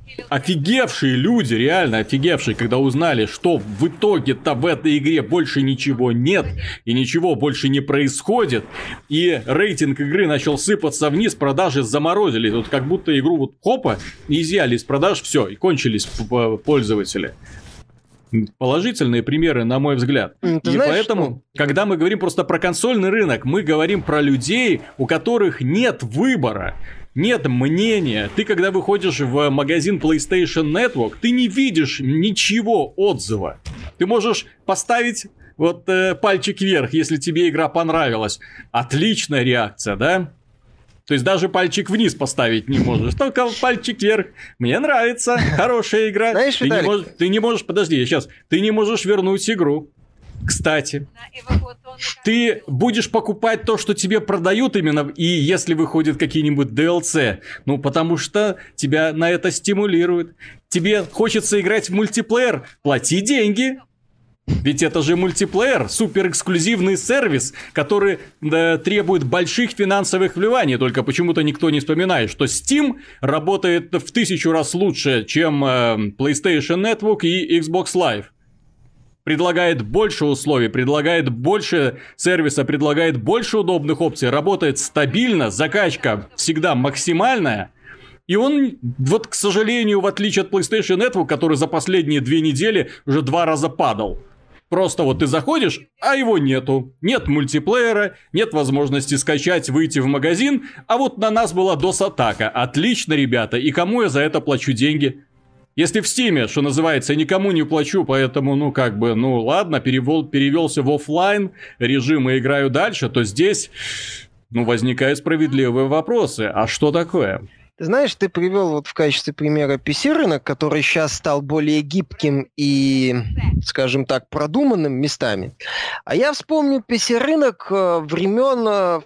офигевшие люди, реально офигевшие, когда узнали, что в итоге-то в этой игре больше ничего нет, и ничего больше не происходит, и рейтинг игры начал сыпаться вниз, продажи заморозились, вот как будто игру вот хопа, изъяли из продаж, все, и кончились пользователи. Положительные примеры, на мой взгляд. И поэтому, когда мы говорим просто про консольный рынок, мы говорим про людей, у которых нет выбора, нет мнения. Ты, когда выходишь в магазин PlayStation Network, ты не видишь ничего отзыва. Ты можешь поставить вот пальчик вверх, если тебе игра понравилась. Отличная реакция, да? То есть даже пальчик вниз поставить не можешь, только пальчик вверх. Мне нравится, хорошая игра.
Знаешь,
ты не можешь, подожди, ты не можешь вернуть игру. Кстати, ты будешь покупать то, что тебе продают именно, и если выходят какие-нибудь DLC, ну потому что тебя на это стимулирует. Тебе хочется играть в мультиплеер, плати деньги. Ведь это же мультиплеер, суперэксклюзивный сервис, который требует больших финансовых вливаний. Только почему-то никто не вспоминает, что Steam работает в 1000 раз лучше, чем PlayStation Network и Xbox Live. Предлагает больше условий, предлагает больше сервиса, предлагает больше удобных опций, работает стабильно, закачка всегда максимальная. И он, вот, к сожалению, в отличие от PlayStation Network, который за последние 2 недели уже 2 раза падал. Просто вот ты заходишь, а его нету. Нет мультиплеера, нет возможности скачать, выйти в магазин. А вот на нас была DOS-атака. Отлично, ребята. И кому я за это плачу деньги? Если в Steam, что называется, я никому не плачу, поэтому, ладно, перевелся в офлайн режим и играю дальше, то здесь, возникают справедливые вопросы. А что такое?
Ты знаешь, ты привел вот в качестве примера PC-рынок, который сейчас стал более гибким и, скажем так, продуманным местами. А я вспомню PC-рынок времен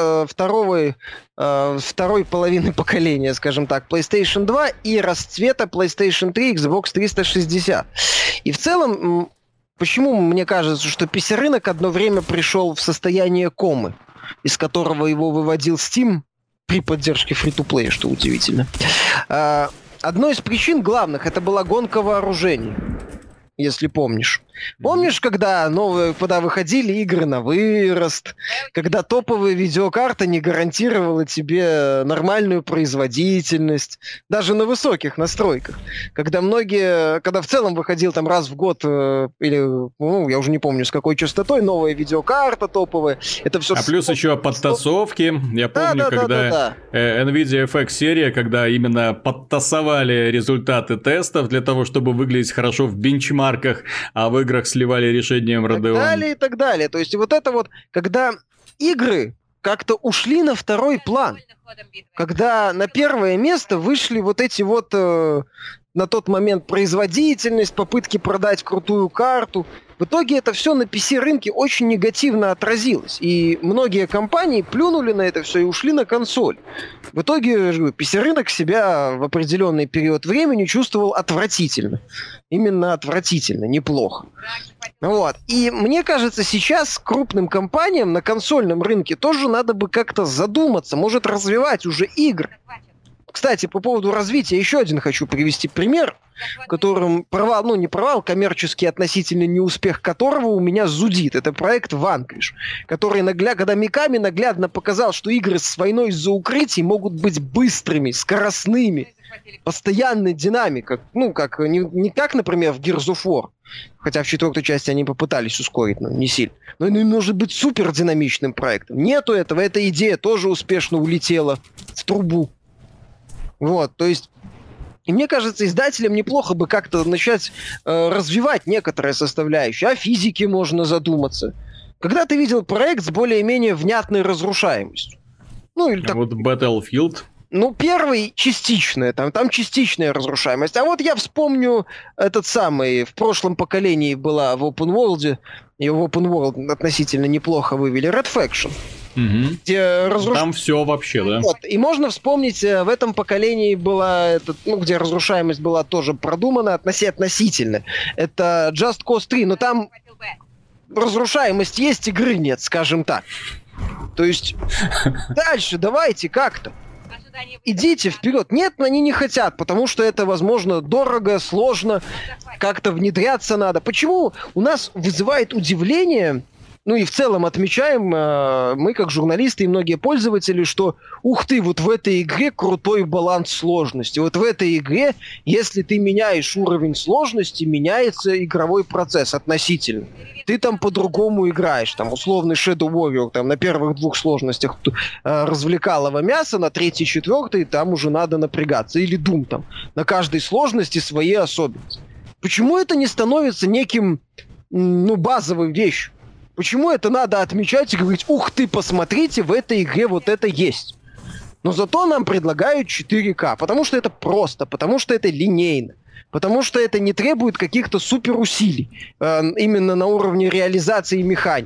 второй половины поколения, скажем так, PlayStation 2 и расцвета PlayStation 3, Xbox 360. И в целом, почему мне кажется, что PC-рынок одно время пришел в состояние комы, из которого его выводил Steam при поддержке фри-то-плея, что удивительно. Одной из причин главных это была гонка вооружений, если помнишь. Помнишь, когда выходили игры на вырост, когда топовая видеокарта не гарантировала тебе нормальную производительность, даже на высоких настройках. Когда в целом выходил там раз в год, или, я уже не помню, с какой частотой, новая видеокарта топовая. Это все
плюс еще подтасовки. Я помню, когда NVIDIA FX серия, когда именно подтасовали результаты тестов для того, чтобы выглядеть хорошо в бенчмарках, а в играх сливали решением Radeon.
И так далее. То есть вот это вот, когда игры как-то ушли на второй план, когда на первое место вышли вот эти вот на тот момент производительность, попытки продать крутую карту. В итоге это все на PC-рынке очень негативно отразилось. И многие компании плюнули на это все и ушли на консоль. В итоге PC-рынок себя в определенный период времени чувствовал отвратительно. Именно отвратительно, неплохо. Вот. И мне кажется, сейчас крупным компаниям на консольном рынке тоже надо бы как-то задуматься, может развивать уже игры. Кстати, по поводу развития еще один хочу привести пример, в котором провал, ну не провал, коммерческий относительно неуспех которого у меня зудит. Это проект Vanquish, который, когда Миками наглядно показал, что игры с войной из-за укрытий могут быть быстрыми, скоростными, постоянной динамикой. Ну, как, не как, например, в Gears of War, хотя в 4-й части они попытались ускорить, но не сильно. Но он может быть супер динамичным проектом. Нету этого, эта идея тоже успешно улетела в трубу. Вот, то есть, и мне кажется, издателям неплохо бы как-то начать развивать некоторые составляющие. О физике можно задуматься. Когда ты видел проект с более-менее внятной разрушаемостью? Ну, или так...
Вот Battlefield.
Ну, первый частичная, там частичная разрушаемость. А вот я вспомню этот самый, в прошлом поколении была в Open World, и в Open World относительно неплохо вывели, Red Faction.
Угу.
Где
Там все вообще, да.
Вот. И можно вспомнить, в этом поколении была, где разрушаемость была тоже продумана относительно. Это Just Cause 3, но там разрушаемость есть, игры нет, скажем так. То есть дальше давайте как-то. Идите вперед. Нет, они не хотят, потому что это, возможно, дорого, сложно, как-то внедряться надо. Почему у нас вызывает удивление... Ну и в целом отмечаем мы, как журналисты и многие пользователи, что ух ты, вот в этой игре крутой баланс сложности. Вот в этой игре, если ты меняешь уровень сложности, меняется игровой процесс относительно. Ты там по-другому играешь. Там условный Shadow Warrior там, на первых 2 сложностях развлекалого мяса, на 3-й, 4-й там уже надо напрягаться. Или Doom там. На каждой сложности свои особенности. Почему это не становится неким базовой вещью? Почему это надо отмечать и говорить, ух ты, посмотрите, в этой игре вот это есть. Но зато нам предлагают 4К, потому что это просто, потому что это линейно, потому что это не требует каких-то суперусилий именно на уровне реализации механик.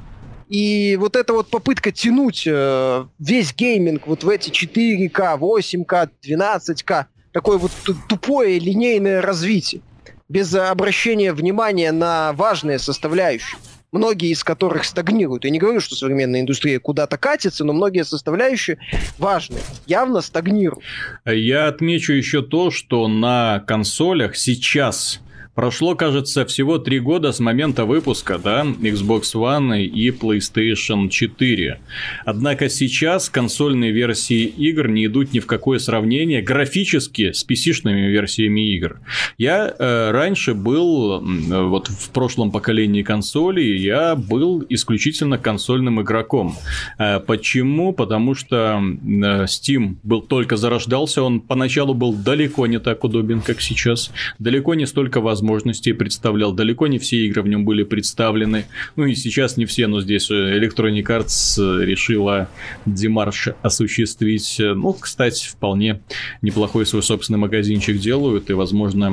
И вот эта вот попытка тянуть весь гейминг вот в эти 4К, 8К, 12К, такое вот тупое линейное развитие, без обращения внимания на важные составляющие, многие из которых стагнируют. Я не говорю, что современная индустрия куда-то катится, но многие составляющие важные, явно стагнируют.
Я отмечу еще то, что на консолях сейчас прошло, кажется, всего 3 года с момента выпуска, да, Xbox One и PlayStation 4. Однако сейчас консольные версии игр не идут ни в какое сравнение графически с PC-шными версиями игр. Я раньше был, вот в прошлом поколении консолей, я был исключительно консольным игроком. Почему? Потому что Steam только зарождался, он поначалу был далеко не так удобен, как сейчас, далеко не столько возможностей представлял, далеко не все игры в нем были представлены. Ну и сейчас не все, но здесь Electronic Arts решила демарш осуществить. Ну, кстати, вполне неплохой свой собственный магазинчик делают, и, возможно,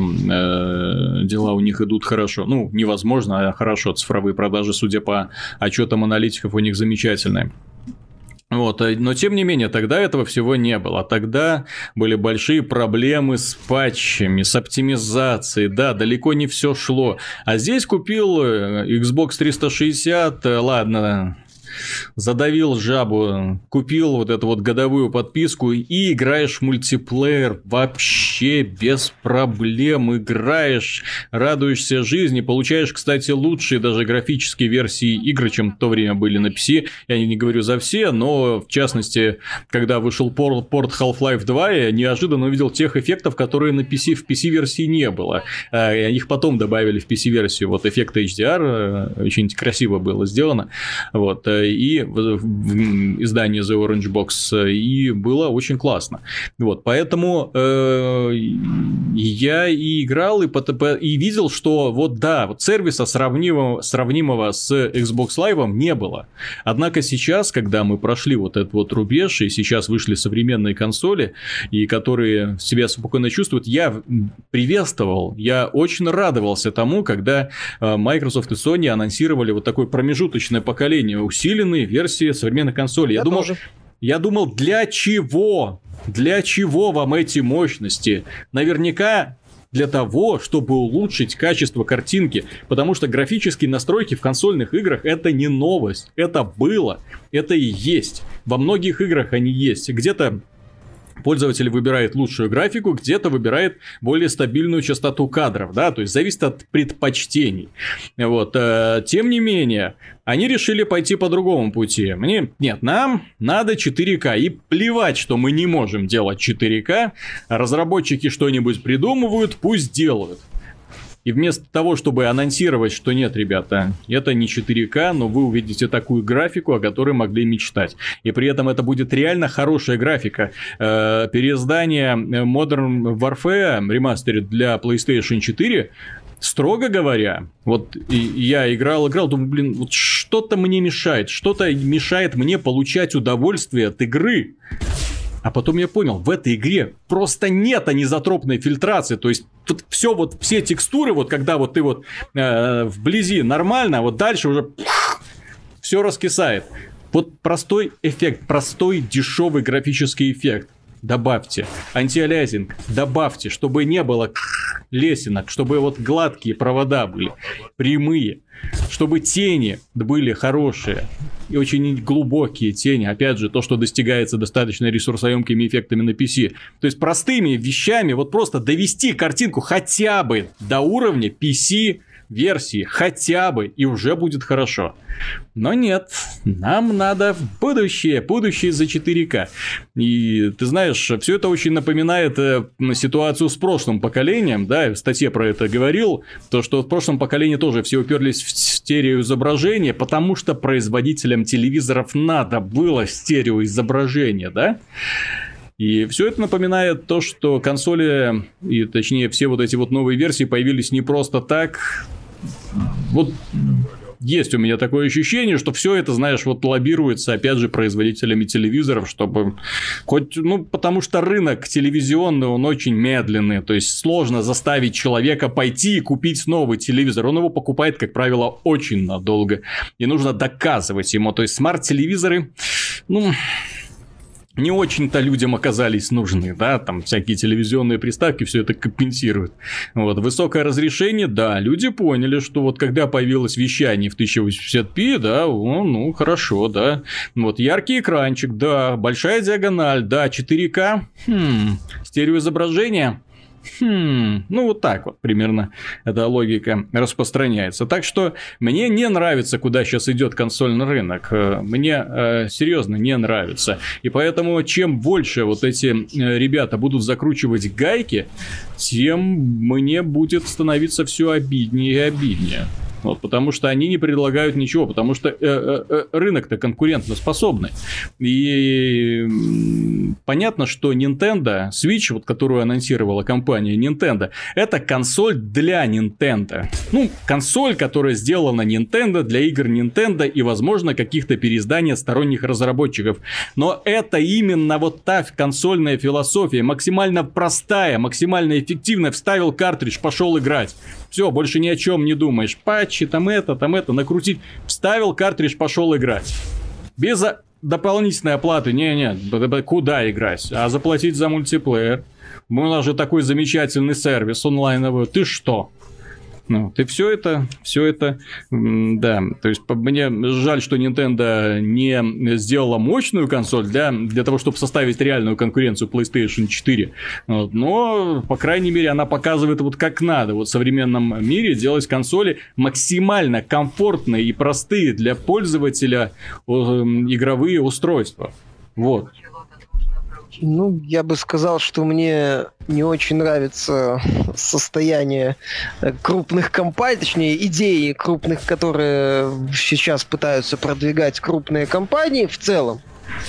дела у них идут хорошо. Ну, невозможно, а хорошо. Цифровые продажи, судя по отчетам аналитиков, у них замечательные. Вот, но тем не менее, тогда этого всего не было. Тогда были большие проблемы с патчами, с оптимизацией. Да, далеко не все шло. А здесь купил Xbox 360, ладно, задавил жабу, купил вот эту вот годовую подписку и играешь в мультиплеер вообще без проблем. Играешь, радуешься жизни, получаешь, кстати, лучшие даже графические версии игр, чем в то время были на PC. Я не говорю за все, но в частности, когда вышел порт Half-Life 2, я неожиданно увидел тех эффектов, которые на PC в PC-версии не было. И их потом добавили в PC-версию. Вот эффект HDR, очень красиво было сделано. Вот. и в издании The Orange Box, и было очень классно. Вот, поэтому я и играл, и видел, что вот да, вот сервиса сравнимого с Xbox Live не было. Однако сейчас, когда мы прошли вот этот вот рубеж, и сейчас вышли современные консоли, и которые себя спокойно чувствуют, я приветствовал, я очень радовался тому, когда Microsoft и Sony анонсировали вот такое промежуточное поколение, усиленные версии современных консолей. Я думал, для чего? Для чего вам эти мощности? Наверняка для того, чтобы улучшить качество картинки. Потому что графические настройки в консольных играх — это не новость. Это было. Это и есть. Во многих играх они есть. Где-то пользователь выбирает лучшую графику, где-то выбирает более стабильную частоту кадров, да, то есть зависит от предпочтений. Вот. Тем не менее, они решили пойти по другому пути. Нам надо 4К, и плевать, что мы не можем делать 4К, разработчики что-нибудь придумывают, пусть делают. И вместо того, чтобы анонсировать, что нет, ребята, это не 4К, но вы увидите такую графику, о которой могли мечтать. И при этом это будет реально хорошая графика. Переиздание Modern Warfare Remastered для PlayStation 4, строго говоря, вот я играл, думаю, вот что-то мне мешает, мне получать удовольствие от игры. А потом я понял, в этой игре просто нет анизотропной фильтрации. То есть все текстуры, вот когда вот ты вот вблизи нормально, вот дальше уже все раскисает. Вот простой эффект, простой дешевый графический эффект. Добавьте антиалиасинг, добавьте, чтобы не было лесенок, чтобы вот гладкие провода были, прямые, чтобы тени были хорошие и очень глубокие тени. Опять же, то, что достигается достаточно ресурсоемкими эффектами на PC. То есть простыми вещами вот просто довести картинку хотя бы до уровня PC версии, хотя бы, и уже будет хорошо. Но нет, нам надо будущее за 4К. И ты знаешь, все это очень напоминает ситуацию с прошлым поколением, да, я в статье про это говорил, то, что в прошлом поколении тоже все уперлись в стереоизображение, потому что производителям телевизоров надо было стереоизображение, да. И все это напоминает то, что консоли, и точнее все вот эти вот новые версии появились не просто так. Вот есть у меня такое ощущение, что все это, знаешь, вот лоббируется, опять же, производителями телевизоров, чтобы хоть, потому что рынок телевизионный, он очень медленный, то есть сложно заставить человека пойти и купить новый телевизор, он его покупает, как правило, очень надолго, и нужно доказывать ему, то есть смарт-телевизоры, не очень-то людям оказались нужны, да, там всякие телевизионные приставки все это компенсируют. Вот, высокое разрешение, да, люди поняли, что вот когда появилось вещание в 1080p, да, хорошо, да, вот, яркий экранчик, да, большая диагональ, да, 4К, стереоизображение. Вот так вот примерно эта логика распространяется. Так что мне не нравится, куда сейчас идет консольный рынок. Мне серьезно не нравится. И поэтому чем больше вот эти ребята будут закручивать гайки, тем мне будет становиться все обиднее и обиднее. Вот, потому что они не предлагают ничего, потому что рынок-то конкурентоспособный. И понятно, что Nintendo Switch, вот, которую анонсировала компания Nintendo, это консоль для Nintendo. Консоль, которая сделана Nintendo для игр Nintendo и, возможно, каких-то переизданий сторонних разработчиков. Но это именно вот та консольная философия, максимально простая, максимально эффективная. Вставил картридж, пошел играть. Все, больше ни о чем не думаешь. Патчи, там это, накрутить. Вставил картридж, пошел играть. Без дополнительной оплаты. Куда играть? А заплатить за мультиплеер? У нас же такой замечательный сервис онлайновый. Ты что? И все это, да, то есть мне жаль, что Nintendo не сделала мощную консоль для того, чтобы составить реальную конкуренцию PlayStation 4, но, по крайней мере, она показывает вот как надо вот в современном мире делать консоли максимально комфортные и простые для пользователя игровые устройства, вот.
Ну, я бы сказал, что мне не очень нравится состояние крупных компаний, точнее, идеи крупных, которые сейчас пытаются продвигать крупные компании в целом.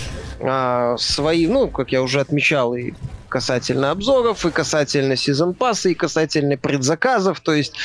Свои, ну, как я уже отмечал, и касательно обзоров, и касательно сезон пасса, и касательно предзаказов, то есть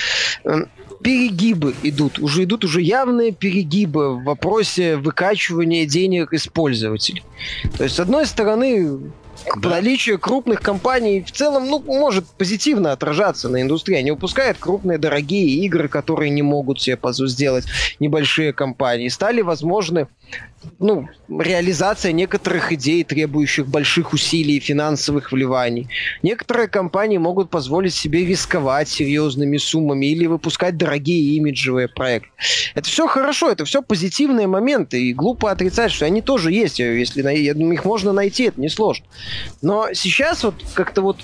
перегибы идут уже явные перегибы в вопросе выкачивания денег из пользователей. То есть, с одной стороны, наличие крупных компаний в целом, ну, может позитивно отражаться на индустрии. Они выпускают крупные, дорогие игры, которые не могут себе сделать небольшие компании. Стали возможны, ну, реализация некоторых идей, требующих больших усилий и финансовых вливаний. Некоторые компании могут позволить себе рисковать серьезными суммами или выпускать дорогие имиджевые проекты. Это все хорошо, это все позитивные моменты, и глупо отрицать, что они тоже есть. Если их можно найти, это несложно. Но сейчас вот как-то вот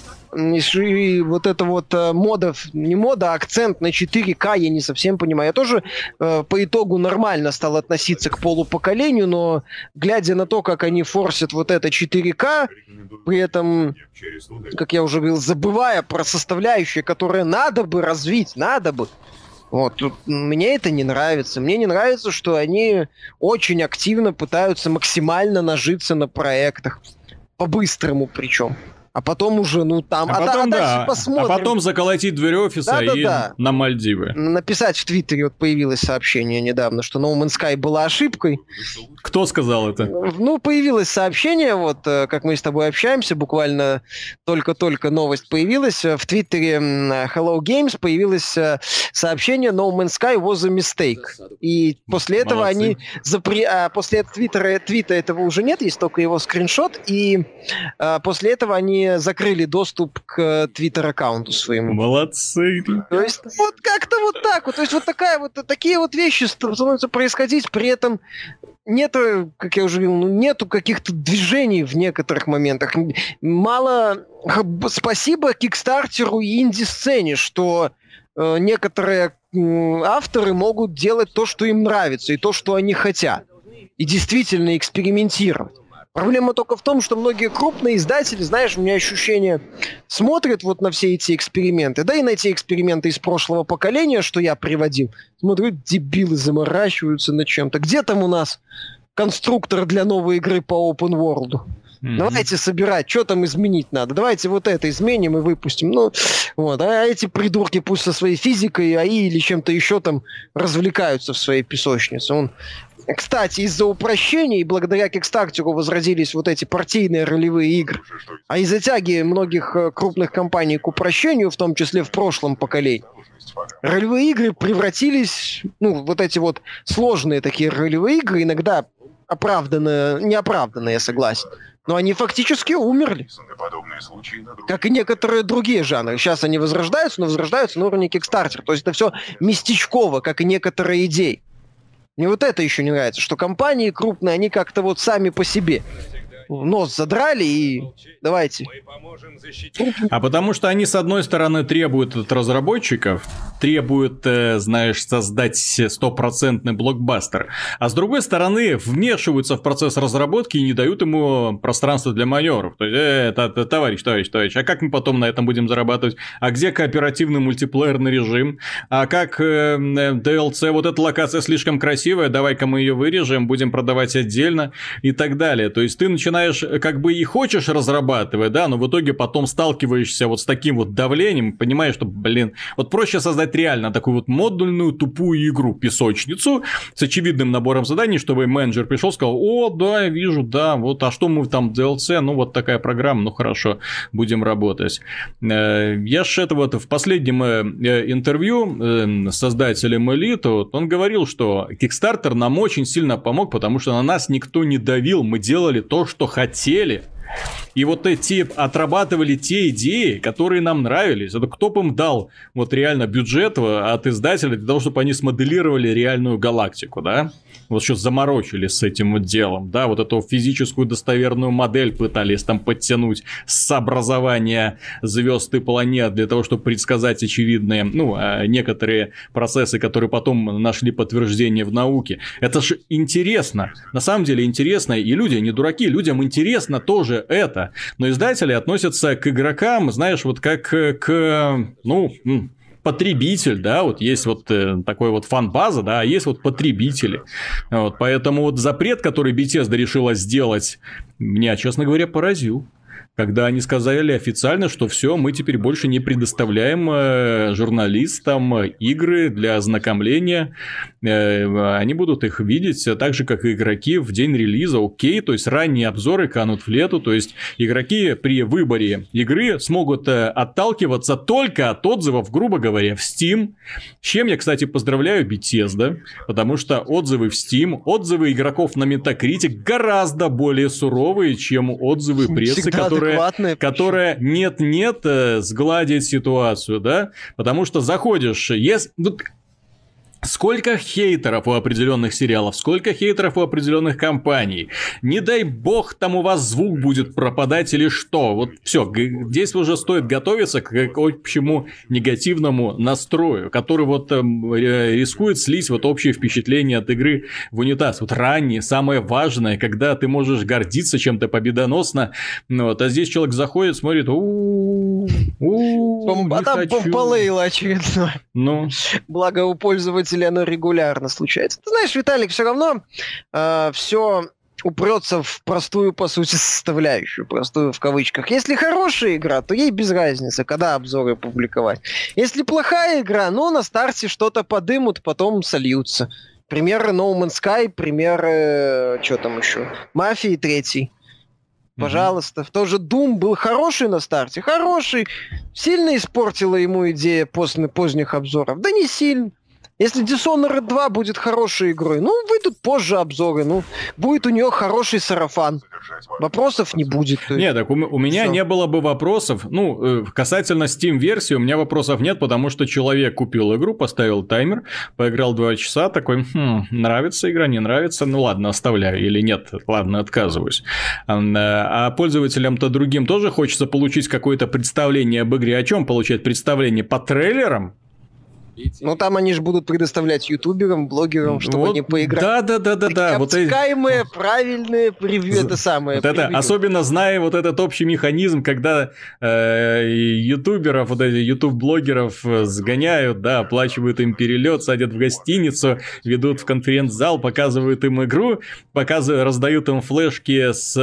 вот эта вот мода, не мода, а акцент на 4К, я не совсем понимаю. Я тоже по итогу нормально стал относиться к полупоколению, но глядя на то, как они форсят вот это 4К, при этом, как я уже говорил, забывая про составляющие, которые надо бы развить, надо бы. Вот, тут мне это не нравится. Мне не нравится, что они очень активно пытаются максимально нажиться на проектах. По-быстрому причем. А потом уже, ну там... дальше посмотрим.
А потом заколотить дверь офиса на Мальдивы.
Написать в Твиттере, вот появилось сообщение недавно, что No Man's Sky была ошибкой.
Кто сказал это?
Ну, появилось сообщение, вот, как мы с тобой общаемся, буквально только-только новость появилась. В Твиттере Hello Games появилось сообщение No Man's Sky was a mistake. И после этого они... после твита этого уже нет, есть только его скриншот, и после этого они закрыли доступ к твиттер-аккаунту своему.
Молодцы.
То есть вот как-то вот так вот. То есть вот такие вот вещи становятся происходить, при этом нету, как я уже говорил, нету каких-то движений в некоторых моментах. Мало спасибо Кикстартеру и инди-сцене, что некоторые авторы могут делать то, что им нравится, и то, что они хотят. И действительно экспериментировать. Проблема только в том, что многие крупные издатели, знаешь, у меня ощущение, смотрят вот на все эти эксперименты, да и на те эксперименты из прошлого поколения, что я приводил, смотрят, дебилы заморачиваются на чем-то. Где там у нас конструктор для новой игры по Open World? Давайте собирать, что там изменить надо. Давайте вот это изменим и выпустим. Ну, вот. А эти придурки пусть со своей физикой, АИ или чем-то еще там развлекаются в своей песочнице. Кстати, из-за упрощений, благодаря Кикстартеру возродились вот эти партийные ролевые игры. А из-за тяги многих крупных компаний к упрощению, в том числе в прошлом поколении, ролевые игры превратились, ну, вот эти вот сложные такие ролевые игры, иногда неоправданные, я согласен, но они фактически умерли. Как и некоторые другие жанры. Сейчас они возрождаются, но возрождаются на уровне Кикстартера. То есть это все местечково, как и некоторые идеи. Мне вот это еще не нравится, что компании крупные, они как-то вот сами по себе нос задрали и давайте.
А потому что они, с одной стороны, требуют от разработчиков, требуют, знаешь, создать стопроцентный блокбастер, а с другой стороны, вмешиваются в процесс разработки и не дают ему пространства для маневров. То есть, товарищ, а как мы потом на этом будем зарабатывать? А где кооперативный мультиплеерный режим? А как DLC? Вот эта локация слишком красивая, давай-ка мы ее вырежем, будем продавать отдельно и так далее. То есть, ты начинаешь, как бы и хочешь разрабатывать, да, но в итоге потом сталкиваешься вот с таким вот давлением, понимаешь, что, вот проще создать реально такую вот модульную тупую игру, песочницу, с очевидным набором заданий, чтобы менеджер пришел и сказал: о, да, я вижу, да, вот, а что мы там, DLC, ну, вот такая программа, ну, хорошо, будем работать. Я ж это вот в последнем интервью с создателем Elite, он говорил, что Kickstarter нам очень сильно помог, потому что на нас никто не давил, мы делали то, что хотели. И вот эти отрабатывали те идеи, которые нам нравились. Это кто бы им дал вот реально бюджет от издателя для того, чтобы они смоделировали реальную галактику, да? Вот что заморочились с этим вот делом, да? Вот эту физическую достоверную модель пытались там подтянуть с образования звезд и планет для того, чтобы предсказать очевидные, ну, некоторые процессы, которые потом нашли подтверждение в науке. Это же интересно. На самом деле интересно, и люди не дураки, людям интересно тоже это. это. Но издатели относятся к игрокам, знаешь, вот как к, потребитель, да, вот есть вот такой вот фан-база, да, а есть вот потребители. Вот, поэтому вот запрет, который Bethesda решила сделать, меня, честно говоря, поразил. Когда они сказали официально, что все, мы теперь больше не предоставляем журналистам игры для ознакомления, они будут их видеть так же, как и игроки в день релиза, окей, то есть ранние обзоры канут в лету, то есть игроки при выборе игры смогут отталкиваться только от отзывов, грубо говоря, в Steam, с чем я, кстати, поздравляю Bethesda, потому что отзывы в Steam, отзывы игроков на Metacritic гораздо более суровые, чем отзывы прессы, которая нет-нет сгладит ситуацию, да, потому что заходишь, сколько хейтеров у определенных сериалов, сколько хейтеров у определенных компаний. Не дай бог, там у вас звук будет пропадать или что. Вот все, здесь уже стоит готовиться к общему негативному настрою, который вот рискует слить вот общее впечатление от игры в унитаз. Вот ранее, самое важное, когда ты можешь гордиться чем-то победоносно. Вот, а здесь человек заходит, смотрит,
а там помпалейло очередной.
Ну.
Благо у пользователей оно регулярно случается. Ты знаешь, Виталик, все равно все упрется в простую, по сути, составляющую, простую в кавычках. Если хорошая игра, то ей без разницы, когда обзоры публиковать. Если плохая игра, на старте что-то подымут, потом сольются. Пример No Man's Sky, пример, что там еще? Мафии 3. Пожалуйста. Тоже Doom был хороший на старте. Хороший. Сильно испортила ему идея после поздних обзоров? Да не сильно. Если Dishonored 2 будет хорошей игрой, выйдут позже обзоры, будет у нее хороший сарафан. Вопросов не будет.
Нет, так у меня не было бы вопросов. Касательно Steam-версии у меня вопросов нет, потому что человек купил игру, поставил таймер, поиграл 2 часа, такой, нравится игра, не нравится, ладно, оставляю. Или нет, ладно, отказываюсь. А пользователям-то другим тоже хочется получить какое-то представление об игре. О чем получать представление? По трейлерам?
Там они же будут предоставлять ютуберам, блогерам, чтобы они поиграли.
Да.
Обтекаемые, правильные превью, это самое.
Вот это, особенно зная вот этот общий механизм, когда ютуберов, вот этих ютуб-блогеров сгоняют, да, оплачивают им перелет, садят в гостиницу, ведут в конференц-зал, показывают им игру, раздают им флешки с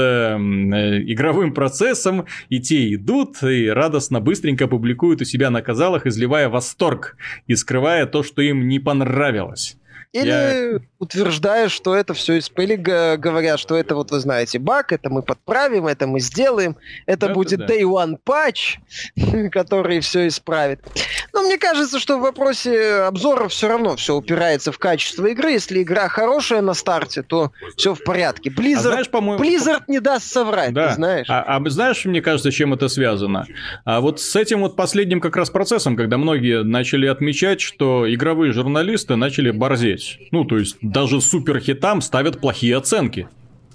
игровым процессом, и те идут и радостно, быстренько публикуют у себя на каналах, изливая восторг и скрывая то, что им не понравилось.
Или утверждая, что это все... Или говорят, что это, вот вы знаете, баг, это мы подправим, это мы сделаем, это будет Day One Patch, который все исправит. Но мне кажется, что в вопросе обзоров все равно все упирается в качество игры. Если игра хорошая на старте, то все в порядке. Blizzard не даст соврать,
да.
Ты знаешь.
А знаешь, мне кажется, с чем это связано? А вот с этим вот последним как раз процессом, когда многие начали отмечать, что игровые журналисты начали борзеть. То есть даже суперхитам ставят плохие оценки.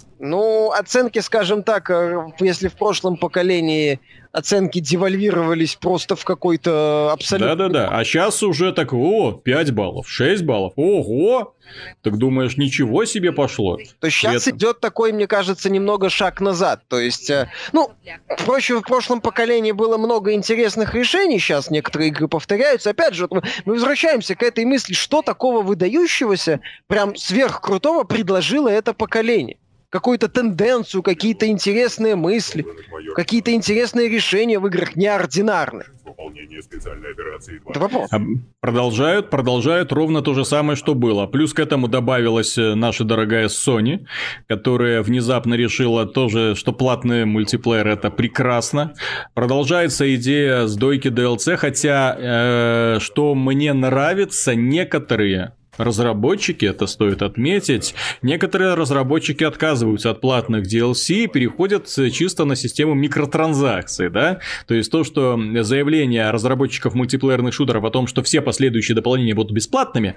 Оценки, скажем так, если в прошлом поколении оценки девальвировались просто в какой-то абсолютно...
Да. А сейчас уже так, 5 баллов, 6 баллов, ого! Так думаешь, ничего себе пошло?
То есть сейчас идет такой, мне кажется, немного шаг назад. То есть, впрочем, в прошлом поколении было много интересных решений, сейчас некоторые игры повторяются. Опять же, мы возвращаемся к этой мысли, что такого выдающегося, прям сверхкрутого предложило это поколение. Какую-то тенденцию, какие-то интересные мысли, какие-то интересные решения в играх неординарные. Это вопрос.
Продолжают ровно то же самое, что было. Плюс к этому добавилась наша дорогая Sony, которая внезапно решила тоже, что платный мультиплеер это прекрасно. Продолжается идея с дойки DLC, хотя, что мне нравится, некоторые... разработчики, это стоит отметить, некоторые разработчики отказываются от платных DLC и переходят чисто на систему микротранзакций, да? То есть то, что заявления разработчиков мультиплеерных шутеров о том, что все последующие дополнения будут бесплатными,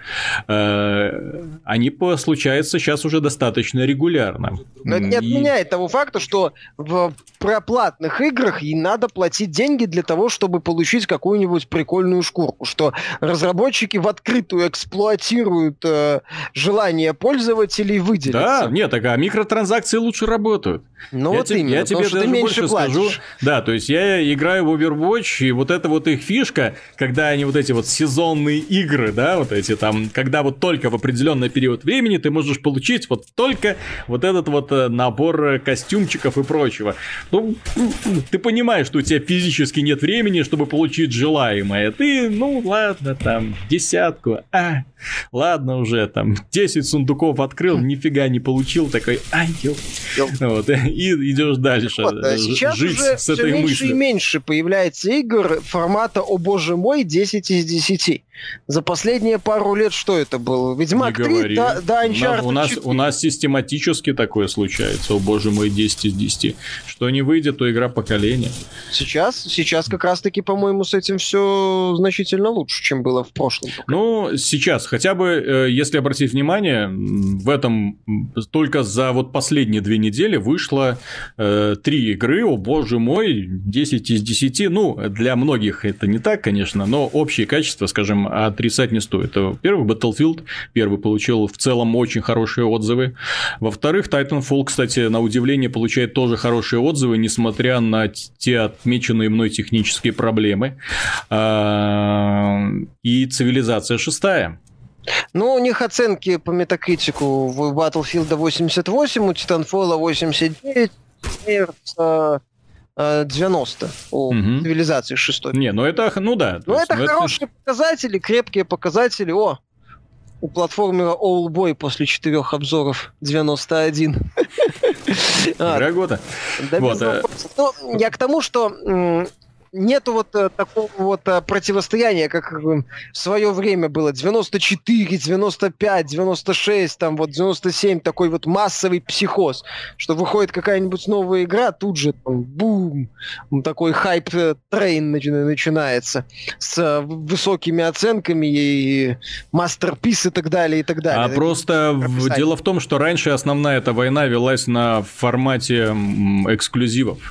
они случаются сейчас уже достаточно регулярно.
Но это не отменяет того факта, что в проплатных играх и надо платить деньги для того, чтобы получить какую-нибудь прикольную шкурку, что разработчики в открытую эксплуатируют стимулируют желание пользователей выделиться.
Да, нет, так а микротранзакции лучше работают.
Ну вот именно,
я тебе даже больше скажу. Да, то есть я играю в Overwatch, и вот эта вот их фишка, когда они вот эти вот сезонные игры, да, вот эти там, когда вот только в определенный период времени ты можешь получить вот только вот этот вот набор костюмчиков и прочего. Ну, ты понимаешь, что у тебя физически нет времени, чтобы получить желаемое. Ты, ну ладно, там, 10, ладно уже, там, 10 сундуков открыл, нифига не получил, такой, вот, и идешь дальше.
Вот, сейчас
жить
уже
с этой
все меньше
мыслью.
и меньше появляется игр формата «О боже мой, 10 из 10». За последние пару лет что это было? Ведьмак 3, да, Uncharted 4.
У нас систематически такое случается, о боже мой, 10 из 10. Что не выйдет, то игра поколения.
Сейчас как раз-таки, по-моему, с этим все значительно лучше, чем было в прошлом.
Ну, сейчас, хотя бы, если обратить внимание, в этом только за вот последние 2 недели вышло 3 игры, о боже мой, 10 из 10. Ну, для многих это не так, конечно, но общее качество, скажем, отрицать не стоит. Во-первых, Battlefield первый получил в целом очень хорошие отзывы. Во-вторых, Titanfall, кстати, на удивление получает тоже хорошие отзывы, несмотря на те отмеченные мной технические проблемы. И Цивилизация 6.
Ну, у них оценки по метакритику в Battlefield 88, у Titanfall 89, 90 у Цивилизации 6.
Не, ну это, ну да.
Ну это хорошие показатели, крепкие показатели. О, у платформера Owlboy после 4 обзоров 91.
Игра года.
Я к тому, что нету вот такого вот противостояния, как в свое время было 94, 95, 96, там вот 97, такой вот массовый психоз, что выходит какая-нибудь новая игра, тут же там, бум, такой хайп-трейн начинается с высокими оценками и мастерпис и так далее, и так далее.
А просто дело в том, что раньше основная эта война велась на формате эксклюзивов.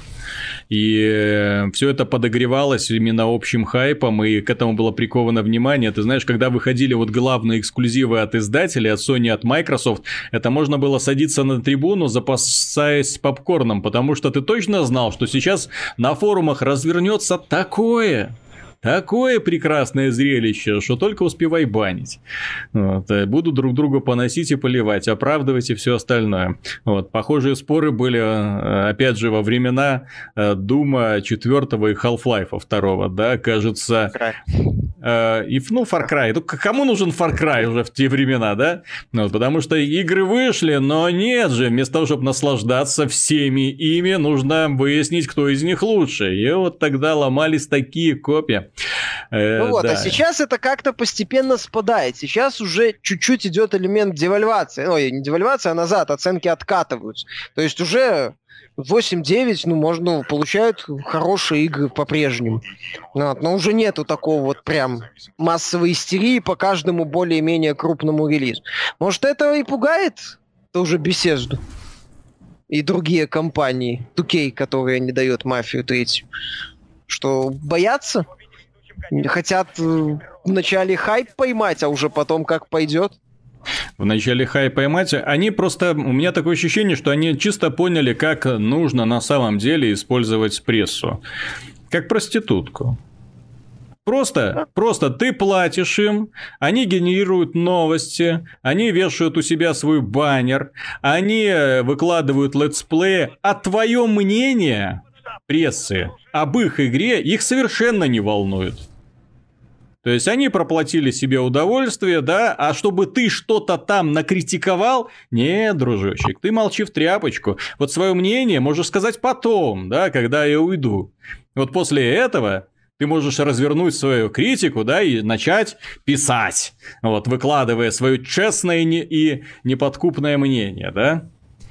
И все это подогревалось именно общим хайпом, и к этому было приковано внимание. Ты знаешь, когда выходили вот главные эксклюзивы от издателей, от Sony, от Microsoft, это можно было садиться на трибуну, запасаясь попкорном, потому что ты точно знал, что сейчас на форумах развернется такое прекрасное зрелище, что только успевай банить. Вот. Буду друг друга поносить и поливать, оправдывать и все остальное. Вот. Похожие споры были, опять же, во времена Дума 4 и Half-Life 2, да, кажется... Far Cry. Ну, кому нужен Far Cry уже в те времена, да? Вот, потому что игры вышли, но нет же, вместо того, чтобы наслаждаться всеми ими, нужно выяснить, кто из них лучше. И вот тогда ломались такие копья.
Да. А сейчас это как-то постепенно спадает. Сейчас уже чуть-чуть идет элемент девальвации. Ой, не девальвация, а назад. Оценки откатываются. То есть уже 8-9, получают хорошие игры по-прежнему. Вот, но уже нету такого вот прям массовой истерии по каждому более-менее крупному релизу. Может, это и пугает тоже Bethesda и другие компании, 2K, которые не дают Мафию 3, что боятся, хотят вначале хайп поймать, а уже потом как пойдет.
В начале хайпа и мать, они просто, у меня такое ощущение, что они чисто поняли, как нужно на самом деле использовать прессу. Как проститутку. Просто ты платишь им, они генерируют новости, они вешают у себя свой баннер, они выкладывают летсплеи, а твое мнение прессы об их игре их совершенно не волнует. То есть они проплатили себе удовольствие, да, а чтобы ты что-то там накритиковал, нет, дружочек, ты молчи в тряпочку. Вот свое мнение можешь сказать потом, да, когда я уйду. Вот после этого ты можешь развернуть свою критику, да, и начать писать, вот, выкладывая свое честное и неподкупное мнение, да.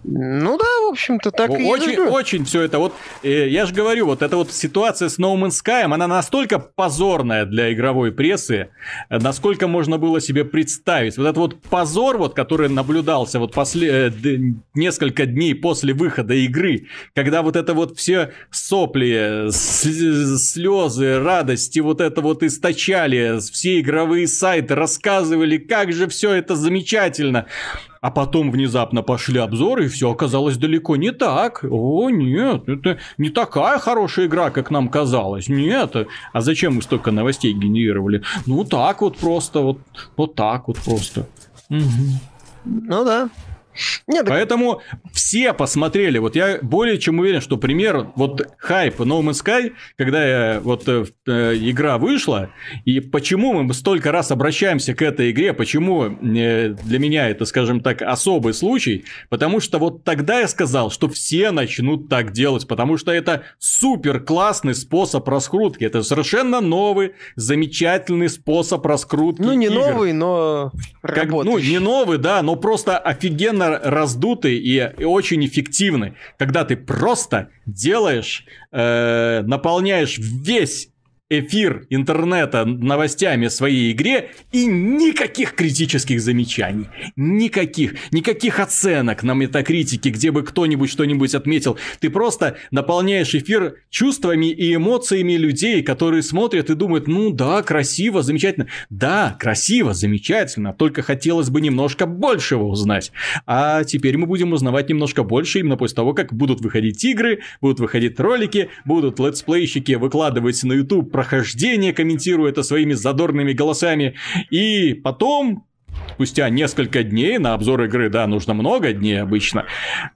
Ну да, в общем-то, так и есть.
Очень все это. Вот я же говорю, вот эта вот ситуация с No Man's Sky, она настолько позорная для игровой прессы, насколько можно было себе представить. Вот этот вот позор, вот, который наблюдался вот несколько дней после выхода игры, когда вот это вот все сопли, слезы, радости вот это вот источали, все игровые сайты рассказывали, как же все это замечательно. А потом внезапно пошли обзоры, и все оказалось далеко не так. О, нет, это не такая хорошая игра, как нам казалось. Нет. А зачем мы столько новостей генерировали? Ну, так вот просто. Вот так вот просто. Угу.
Ну да.
Нет, поэтому все посмотрели. Вот я более чем уверен, что пример вот хайп No Man's Sky, когда игра вышла, и почему мы столько раз обращаемся к этой игре, почему для меня это, скажем так, особый случай, потому что вот тогда я сказал, что все начнут так делать, потому что это супер классный способ раскрутки, это совершенно новый, замечательный способ раскрутки игр.
Ну не новый, но
работающий. Ну не новый, да, но просто офигенно раздутый и очень эффективный, когда ты просто делаешь, наполняешь весь эфир интернета новостями в своей игре и никаких критических замечаний, никаких оценок на метакритике, где бы кто-нибудь что-нибудь отметил. Ты просто наполняешь эфир чувствами и эмоциями людей, которые смотрят и думают, ну да, красиво, замечательно. Да, красиво, замечательно, только хотелось бы немножко большего узнать. А теперь мы будем узнавать немножко больше именно после того, как будут выходить игры, будут выходить ролики, будут летсплейщики выкладывать на YouTube прохождение, комментируя это своими задорными голосами. И потом, спустя несколько дней, на обзор игры, да, нужно много дней обычно,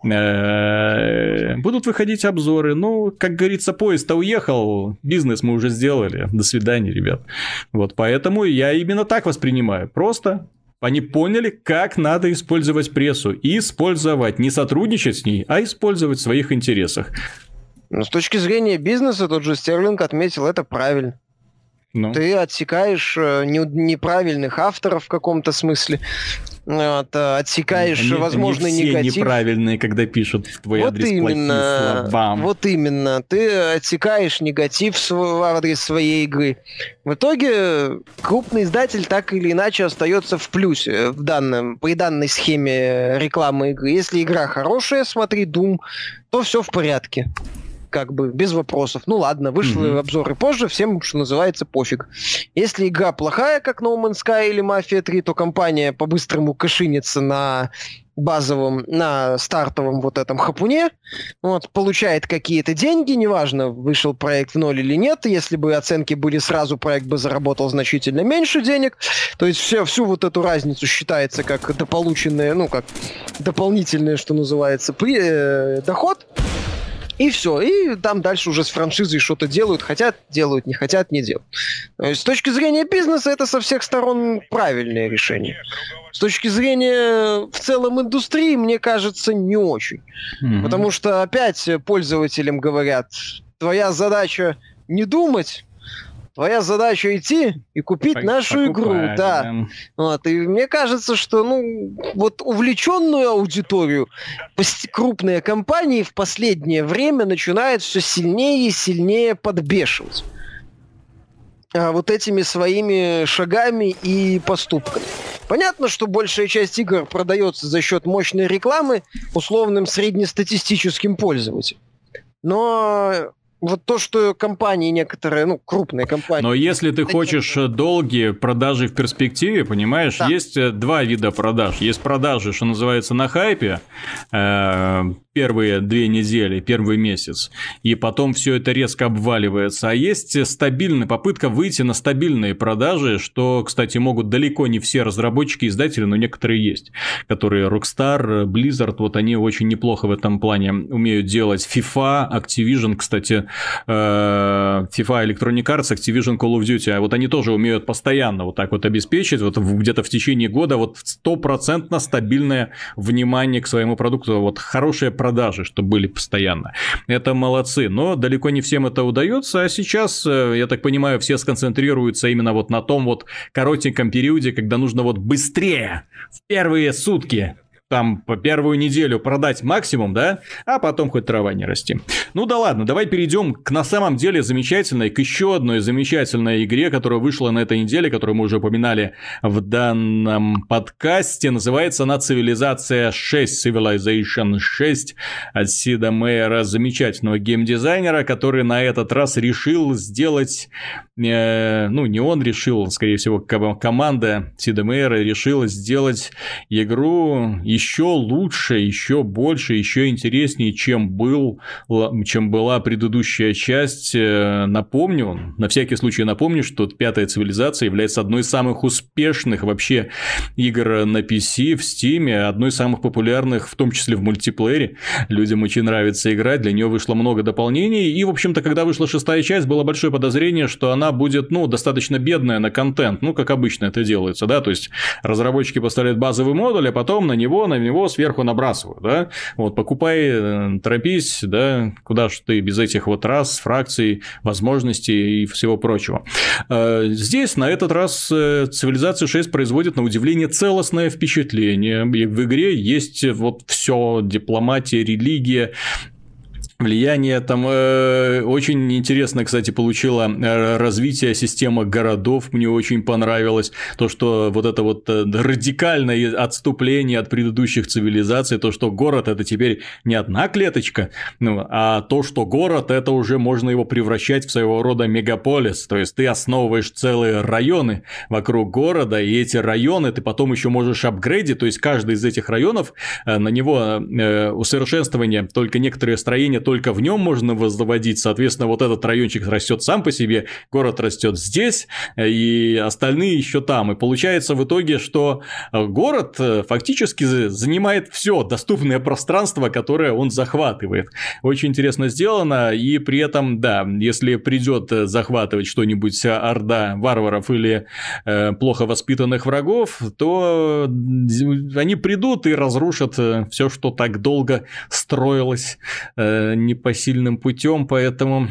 будут выходить обзоры. Ну, как говорится, поезд-то уехал, бизнес мы уже сделали. До свидания, ребят. Вот поэтому я именно так воспринимаю. Просто они поняли, как надо использовать прессу. И использовать, не сотрудничать с ней, а использовать в своих интересах.
Но с точки зрения бизнеса, тот же Стерлинг отметил, это правильно. Ну. Ты отсекаешь неправильных авторов в каком-то смысле, отсекаешь возможный негатив.
Они все неправильные, когда пишут в твой адрес плохие слова.
Вот именно. Ты отсекаешь негатив в адрес своей игры. В итоге крупный издатель так или иначе остается в плюсе при данной схеме рекламы игры. Если игра хорошая, смотри Doom, то все в порядке. Как бы без вопросов. Ну ладно, вышли обзоры позже, всем, что называется, пофиг. Если игра плохая, как No Man's Sky или Mafia 3, то компания по-быстрому кашинится на базовом, на стартовом вот этом хапуне, вот, получает какие-то деньги, неважно, вышел проект в ноль или нет, если бы оценки были сразу, проект бы заработал значительно меньше денег, то есть всю вот эту разницу считается как дополученное, ну, как дополнительное, что называется, доход. И все. И там дальше уже с франшизой что-то делают. Хотят – делают, не хотят – не делают. То есть, с точки зрения бизнеса это со всех сторон правильное решение. С точки зрения в целом индустрии, мне кажется, не очень. Потому что опять пользователям говорят, твоя задача не думать, твоя задача идти и купить нашу игру. Да. Вот. И мне кажется, что вот увлеченную аудиторию крупные компании в последнее время начинают все сильнее и сильнее подбешивать вот этими своими шагами и поступками. Понятно, что большая часть игр продается за счет мощной рекламы условным среднестатистическим пользователям. Но вот то, что компании некоторые, крупные компании...
Но если ты хочешь долгие продажи в перспективе, понимаешь, да. Есть два вида продаж. Есть продажи, что называется, на хайпе, первые 2 недели, первый месяц, и потом все это резко обваливается. А есть стабильная попытка выйти на стабильные продажи, что, кстати, могут далеко не все разработчики и издатели, но некоторые есть, которые Rockstar, Blizzard, вот они очень неплохо в этом плане умеют делать. FIFA, Activision, кстати, FIFA, Electronic Arts, Activision, Call of Duty, а вот они тоже умеют постоянно вот так вот обеспечить, вот где-то в течение года вот 100% стабильное внимание к своему продукту, вот хорошие продажи, чтобы были постоянно. Это молодцы, но далеко не всем это удается, а сейчас, я так понимаю, все сконцентрируются именно вот на том вот коротеньком периоде, когда нужно вот быстрее, в первые сутки там по первую неделю продать максимум, да, а потом хоть трава не расти. Ну да ладно, давай перейдем к на самом деле замечательной, к еще одной замечательной игре, которая вышла на этой неделе, которую мы уже упоминали в данном подкасте. Называется она Civilization 6 от Сида Мейера, замечательного геймдизайнера, который на этот раз решил сделать, ну не он решил, скорее всего команда Сида Мейера решила сделать игру еще лучше, еще больше, еще интереснее, чем была предыдущая часть. Напомню, на всякий случай напомню, что пятая цивилизация является одной из самых успешных вообще игр на PC в Steam, одной из самых популярных, в том числе в мультиплеере. Людям очень нравится играть, для нее вышло много дополнений, и, в общем-то, когда вышла шестая часть, было большое подозрение, что она будет, ну, достаточно бедная на контент, ну, как обычно это делается, да, то есть разработчики поставляют базовый модуль, а потом на него сверху набрасывают, да, вот, покупай, торопись, да, куда ж ты без этих вот рас, фракций, возможностей и всего прочего. Здесь на этот раз Цивилизация 6 производит, на удивление, целостное впечатление. В игре есть вот все: дипломатия, религия, влияние. Там очень интересно, кстати, получила развитие система городов, мне очень понравилось. То, что вот это вот радикальное отступление от предыдущих цивилизаций, то, что город это теперь не одна клеточка, ну, а то, что город это уже можно его превращать в своего рода мегаполис. То есть ты основываешь целые районы вокруг города, и эти районы ты потом еще можешь апгрейдить. То есть каждый из этих районов, на него усовершенствование, только некоторые строения только в нем можно возводить, соответственно, вот этот райончик растет сам по себе, город растет здесь, и остальные еще там. И получается в итоге, что город фактически занимает все доступное пространство, которое он захватывает. Очень интересно сделано, и при этом, да, если придет захватывать что-нибудь орда варваров или плохо воспитанных врагов, то они придут и разрушат все, что так долго строилось непосильным путем, поэтому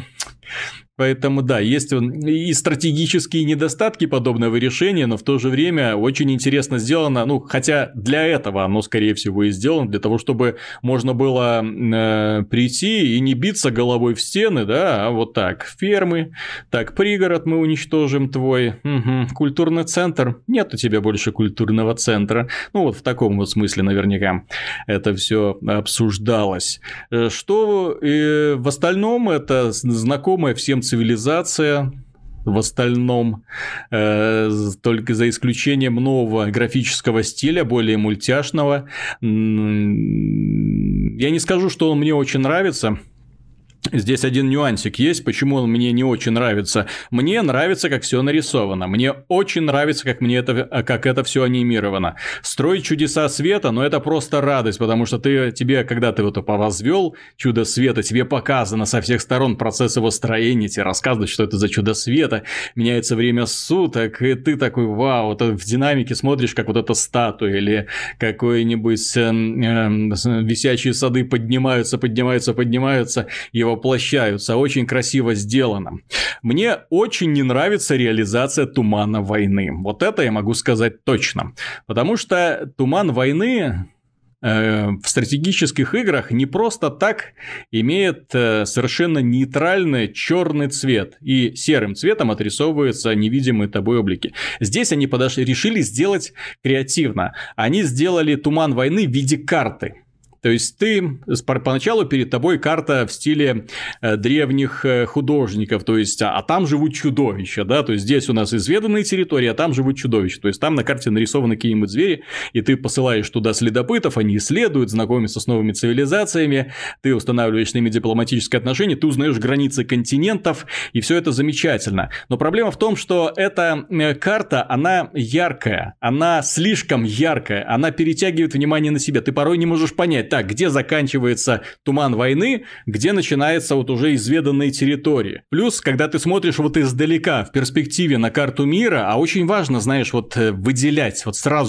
да, есть и стратегические недостатки подобного решения, но в то же время очень интересно сделано, ну, хотя для этого оно, скорее всего, и сделано, для того, чтобы можно было прийти и не биться головой в стены, да, а вот так, фермы, так, пригород мы уничтожим твой, культурный центр, нет у тебя больше культурного центра, ну, вот в таком вот смысле наверняка это все обсуждалось. Что в остальном это знакомая всем цивилизация, в остальном, только за исключением нового графического стиля, более мультяшного. Я не скажу, что он мне очень нравится. Здесь один нюансик есть, почему он мне не очень нравится. Мне нравится, как все нарисовано. Мне очень нравится, как это все анимировано. Строить чудеса света, но это просто радость, потому что тебе, когда ты вот возвел чудо света, тебе показано со всех сторон процесс его строения, тебе рассказывают, что это за чудо света, меняется время суток, и ты такой, вау, вот в динамике смотришь, как вот эта статуя или какой-нибудь висячие сады поднимаются, и воплощаются. Очень красиво сделано. Мне очень не нравится реализация Тумана войны. Вот это я могу сказать точно. Потому что Туман войны в стратегических играх не просто так имеет совершенно нейтральный черный цвет, и серым цветом отрисовываются невидимые тобой облики. Здесь они решили сделать креативно. Они сделали Туман войны в виде карты. То есть ты поначалу перед тобой карта в стиле древних художников, то есть, а там живут чудовища, да, то есть здесь у нас изведанные территории, а там живут чудовища, то есть там на карте нарисованы какие-нибудь звери, и ты посылаешь туда следопытов, они исследуют, знакомятся с новыми цивилизациями, ты устанавливаешь с ними дипломатические отношения, ты узнаешь границы континентов, и все это замечательно. Но проблема в том, что эта карта, она яркая, она слишком яркая, она перетягивает внимание на себя, ты порой не можешь понять, так, где заканчивается Туман войны, где начинается вот уже изведанные территории. Плюс, когда ты смотришь вот издалека, в перспективе на карту мира, а очень важно, знаешь, вот выделять, вот сразу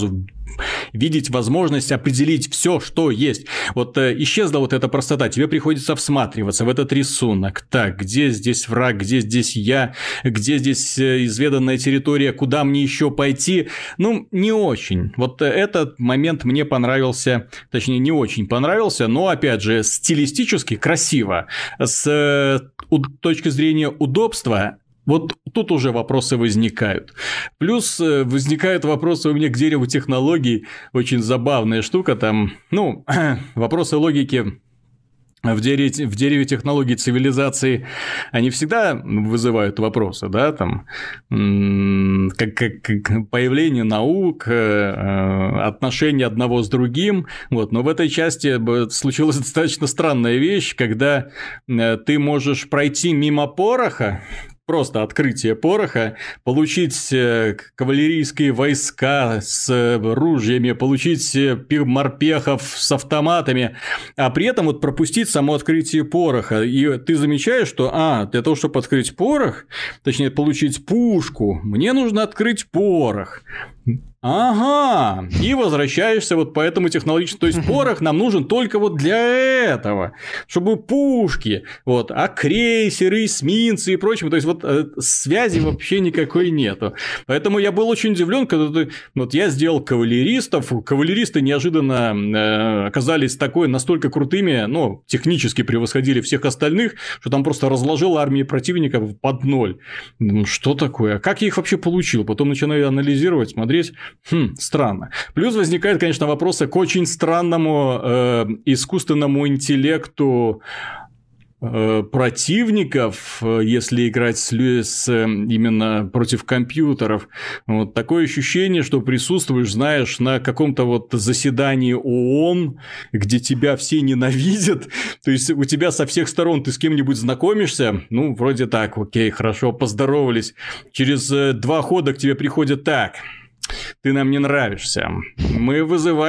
видеть возможность определить все, что есть. Вот исчезла вот эта простота, тебе приходится всматриваться в этот рисунок. Так, где здесь враг, где здесь я, где здесь изведанная территория, куда мне еще пойти? Ну, не очень. Вот этот момент мне понравился, точнее, не очень понравился, но, опять же, стилистически красиво. С точки зрения удобства, вот тут уже вопросы возникают. Плюс возникают вопросы у меня к дереву технологий. Очень забавная штука там. Ну, вопросы логики в дереве технологий цивилизации, они всегда вызывают вопросы, да, там, как появление наук, отношения одного с другим, вот, но в этой части случилась достаточно странная вещь, когда ты можешь пройти мимо пороха, просто открытие пороха, получить кавалерийские войска с ружьями, получить морпехов с автоматами, а при этом вот пропустить само открытие пороха. И ты замечаешь, что, для того, чтобы открыть порох, точнее, получить пушку, мне нужно открыть порох. Ага, и возвращаешься вот по этому технологическому. То есть, порох нам нужен только вот для этого, чтобы пушки, вот, а крейсеры, эсминцы и прочее. То есть, вот связи вообще никакой нету. Поэтому я был очень удивлен, когда вот я сделал кавалеристов. Кавалеристы неожиданно оказались настолько крутыми, ну, технически превосходили всех остальных, что там просто разложил армии противников под ноль. Что такое? Как я их вообще получил? Потом начинаю анализировать, смотреть. Странно. Плюс возникает, конечно, вопросы к очень странному искусственному интеллекту противников, если играть именно против компьютеров. Вот такое ощущение, что присутствуешь, знаешь, на каком-то вот заседании ООН, где тебя все ненавидят. То есть, у тебя со всех сторон ты с кем-нибудь знакомишься, ну, вроде так, окей, хорошо, поздоровались. Через 2 хода к тебе приходят так... Ты нам не нравишься. Ты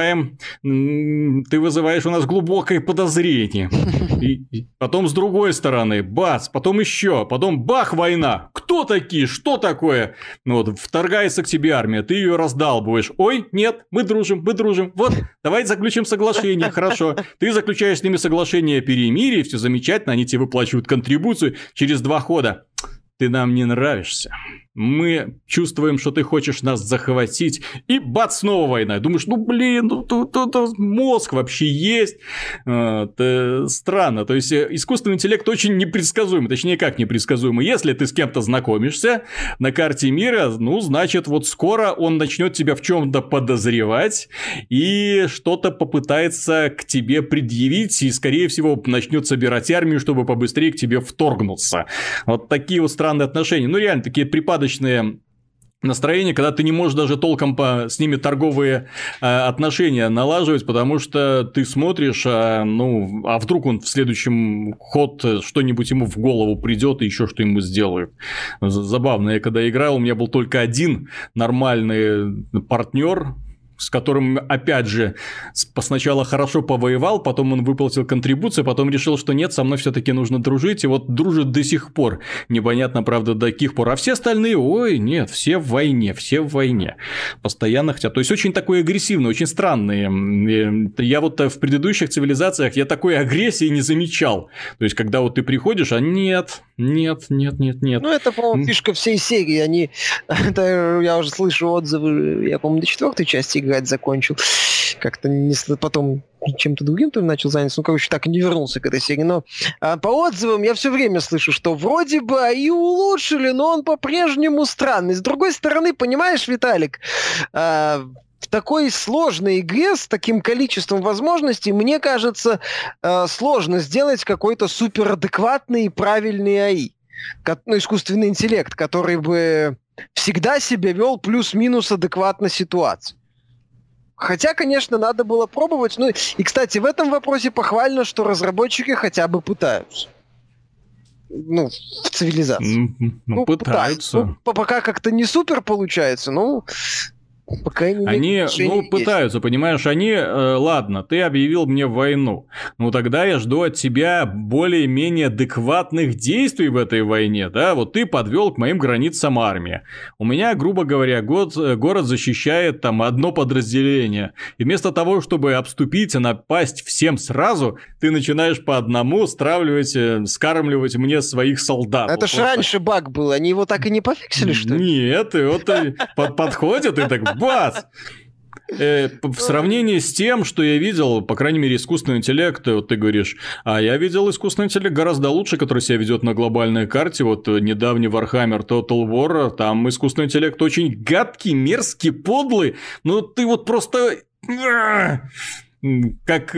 вызываешь у нас глубокое подозрение. И потом с другой стороны, бац, потом еще, потом бах, война. Кто такие? Что такое? Ну, вот, вторгается к тебе армия, ты ее раздалбываешь. Ой, нет, мы дружим. Вот, давайте заключим соглашение, хорошо. Ты заключаешь с ними соглашение о перемирии, все замечательно, они тебе выплачивают контрибуцию через 2 хода. Ты нам не нравишься. Мы чувствуем, что ты хочешь нас захватить, и бац, снова война. Думаешь, тут мозг вообще есть. Это странно. То есть, искусственный интеллект очень непредсказуемый. Точнее, как непредсказуемый. Если ты с кем-то знакомишься на карте мира, ну, значит, вот скоро он начнет тебя в чем-то подозревать и что-то попытается к тебе предъявить, и, скорее всего, начнет собирать армию, чтобы побыстрее к тебе вторгнуться. Вот такие вот странные отношения. Ну, реально, такие припадочные настроение, когда ты не можешь даже толком с ними торговые отношения налаживать, потому что ты смотришь, а вдруг он в следующем ход что-нибудь ему в голову придет и еще что-нибудь сделает. Забавно, я когда играл, у меня был только один нормальный партнер, с которым, опять же, сначала хорошо повоевал, потом он выплатил контрибуцию, потом решил, что нет, со мной все-таки нужно дружить, и вот дружит до сих пор. Непонятно, правда, до каких пор. А все остальные, ой, нет, все в войне. Постоянно хотят. То есть, очень такой агрессивный, очень странный. Я вот в предыдущих цивилизациях я такой агрессии не замечал. То есть, когда вот ты приходишь, а нет. Ну,
это, по-моему, фишка всей серии. Я уже слышу отзывы, я, по-моему, до 4-й части играть закончил. Как-то потом чем-то другим там начал заняться. Так и не вернулся к этой серии. Но по отзывам я все время слышу, что вроде бы и улучшили, но он по-прежнему странный. С другой стороны, понимаешь, Виталик, в такой сложной игре с таким количеством возможностей, мне кажется, сложно сделать какой-то суперадекватный и правильный АИ. Искусственный интеллект, который бы всегда себя вел плюс-минус адекватно ситуации. Хотя, конечно, надо было пробовать. Ну, и, кстати, в этом вопросе похвально, что разработчики хотя бы пытаются. Ну, в цивилизации.
Пытаются.
Пока как-то не супер получается, По крайней
Они,
мере,
пытаются, понимаешь, ладно, ты объявил мне войну, тогда я жду от тебя более-менее адекватных действий в этой войне, да, вот ты подвел к моим границам армию. У меня, грубо говоря, город защищает там одно подразделение, и вместо того, чтобы обступить и напасть всем сразу, ты начинаешь по одному скармливать мне своих солдат.
Это ж раньше баг был, они его так и не пофиксили, что ли?
Нет, и вот подходит и так бац! В сравнении с тем, что я видел, по крайней мере, искусственный интеллект, вот ты говоришь, а я видел искусственный интеллект гораздо лучше, который себя ведет на глобальной карте, вот недавний Warhammer Total War, там искусственный интеллект очень гадкий, мерзкий, подлый, ты вот просто... как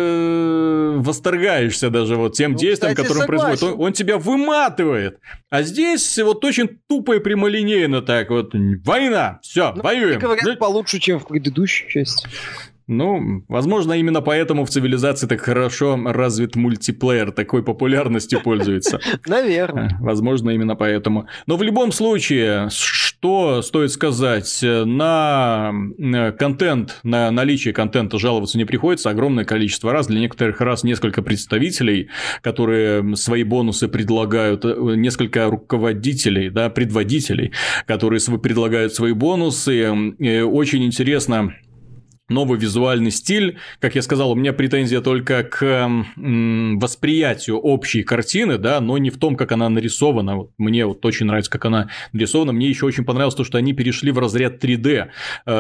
восторгаешься даже вот тем действием, которым происходит. Он тебя выматывает. А здесь вот очень тупо и прямолинейно так вот. Война! Все, воюем.
Говорят, получше, чем в предыдущей части.
Возможно, именно поэтому в цивилизации так хорошо развит мультиплеер, такой популярностью пользуется.
Наверное.
Возможно, именно поэтому. Но в любом случае, что стоит сказать, на контент, на наличие контента жаловаться не приходится огромное количество раз. Для некоторых раз несколько представителей, которые свои бонусы предлагают, несколько руководителей, да, предводителей, которые предлагают свои бонусы. Очень интересно. Новый визуальный стиль. Как я сказал, у меня претензия только к восприятию общей картины, да, но не в том, как она нарисована. Мне очень нравится, как она нарисована. Мне еще очень понравилось то, что они перешли в разряд 3D.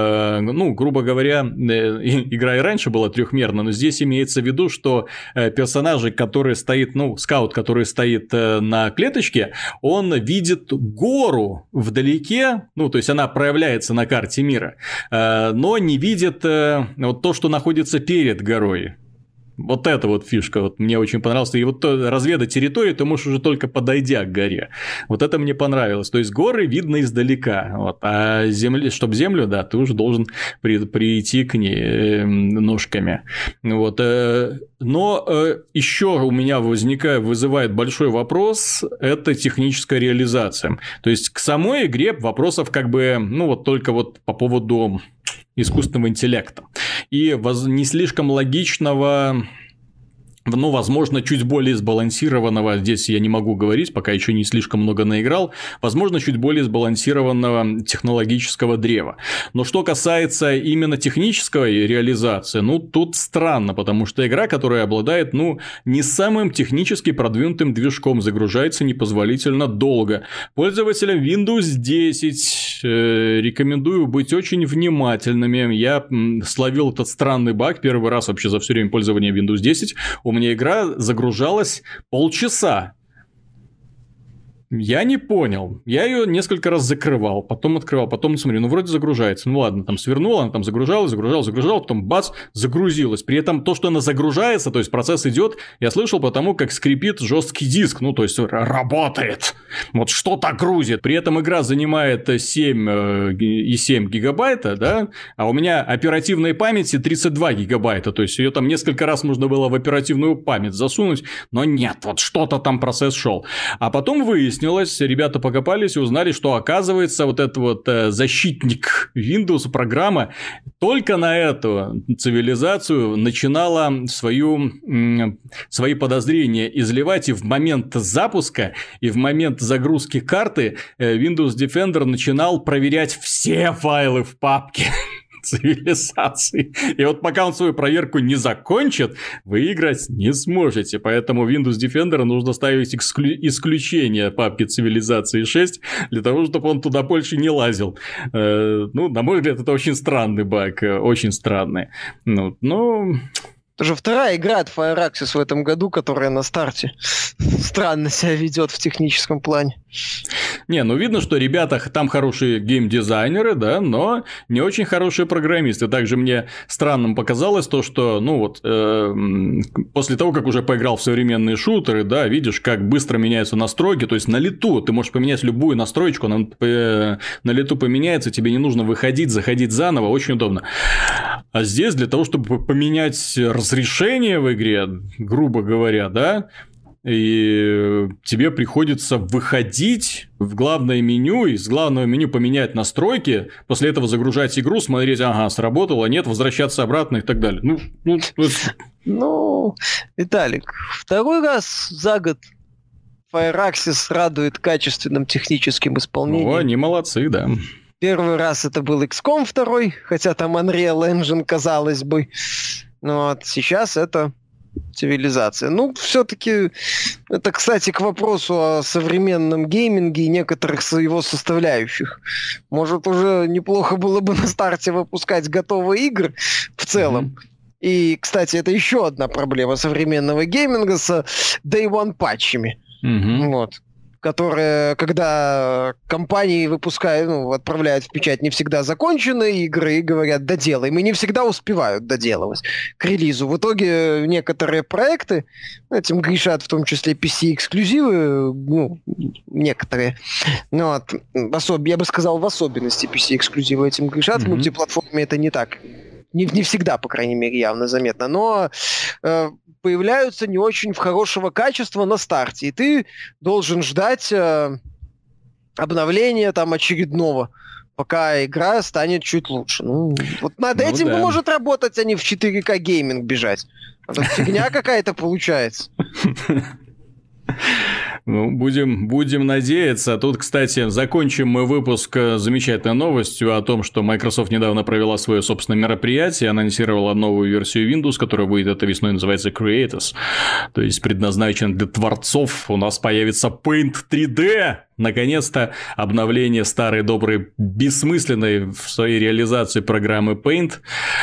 Грубо говоря, игра и раньше была трехмерна, но здесь имеется в виду, что персонаж, который стоит, скаут, который стоит на клеточке, он видит гору вдалеке, то есть она проявляется на карте мира, но не видит вот то, что находится перед горой. Вот эта вот фишка вот мне очень понравилась. И вот разведать территорию ты можешь уже только подойдя к горе. Вот это мне понравилось. То есть горы видно издалека. Вот. А чтобы землю, да, ты уже должен прийти к ней ножками. Вот. Но еще у меня вызывает большой вопрос – это техническая реализация. То есть к самой игре вопросов только вот по поводу искусственного интеллекта и не слишком логичного, возможно, чуть более сбалансированного, здесь я не могу говорить, пока еще не слишком много наиграл, возможно, чуть более сбалансированного технологического древа. Но что касается именно технической реализации, тут странно, потому что игра, которая обладает, не самым технически продвинутым движком, загружается непозволительно долго. Пользователям Windows 10 рекомендую быть очень внимательными. Я словил этот странный баг первый раз вообще за все время пользования Windows 10. У меня игра загружалась полчаса. Я не понял. Я ее несколько раз закрывал, потом открывал, потом смотрю, вроде загружается. Ладно, там свернула, она там загружалась, потом бац, загрузилась. При этом то, что она загружается, то есть процесс идет, я слышал потому, как скрипит жесткий диск, то есть работает. Вот что-то грузит. При этом игра занимает 7,7 гигабайта, да, а у меня оперативной памяти 32 гигабайта, то есть ее там несколько раз можно было в оперативную память засунуть, но нет, вот что-то там процесс шел. А потом выяснилось, ребята покопались и узнали, что оказывается вот этот вот защитник Windows программа только на эту цивилизацию начинала свои подозрения изливать, и в момент запуска, и в момент загрузки карты Windows Defender начинал проверять все файлы в папке цивилизации. И вот пока он свою проверку не закончит, вы играть не сможете. Поэтому Windows Defender нужно ставить исключение папки цивилизации 6 для того, чтобы он туда больше не лазил. На мой взгляд, это очень странный баг. Очень странный.
Это же вторая игра от Firaxis в этом году, которая на старте странно себя ведет в техническом плане.
Видно, что ребята там хорошие геймдизайнеры, да, но не очень хорошие программисты. Также мне странным показалось то, что, после того, как уже поиграл в современные шутеры, да, видишь, как быстро меняются настройки, то есть на лету ты можешь поменять любую настроечку, она на лету поменяется, тебе не нужно выходить, заходить заново, очень удобно. А здесь для того, чтобы поменять разрешение в игре, грубо говоря, да, и тебе приходится выходить в главное меню, и с главного меню поменять настройки, после этого загружать игру, смотреть, ага, сработало, нет, возвращаться обратно и так далее.
Ну, Виталик, второй раз за год Firaxis радует качественным техническим исполнением.
Ну, они молодцы, да.
Первый раз это был XCOM 2, хотя там Unreal Engine, казалось бы. Но вот сейчас это цивилизация. Ну, все-таки, это, кстати, к вопросу о современном гейминге и некоторых его составляющих. Может, уже неплохо было бы на старте выпускать готовые игры в целом. И, кстати, это еще одна проблема современного гейминга с Day One патчами. Вот. Которые, когда компании выпускают, отправляют в печать не всегда законченные игры и говорят, доделай. И не всегда успевают доделывать к релизу. В итоге некоторые проекты, этим грешат в том числе PC-эксклюзивы, некоторые. Я бы сказал, в особенности PC-эксклюзивы этим грешат. В мультиплатформе это не так. Не всегда, по крайней мере, явно заметно. Но появляются не очень хорошего качества на старте. И ты должен ждать обновления там очередного, пока игра станет чуть лучше. Вот над этим может работать, а не в 4К гейминг бежать. А тут фигня какая-то получается.
Ну, будем надеяться. Тут, кстати, закончим мы выпуск замечательной новостью о том, что Microsoft недавно провела свое собственное мероприятие, анонсировала новую версию Windows, которая выйдет этой весной, называется Creators. То есть, предназначен для творцов. У нас появится Paint 3D. Наконец-то обновление старой, доброй, бессмысленной в своей реализации программы Paint,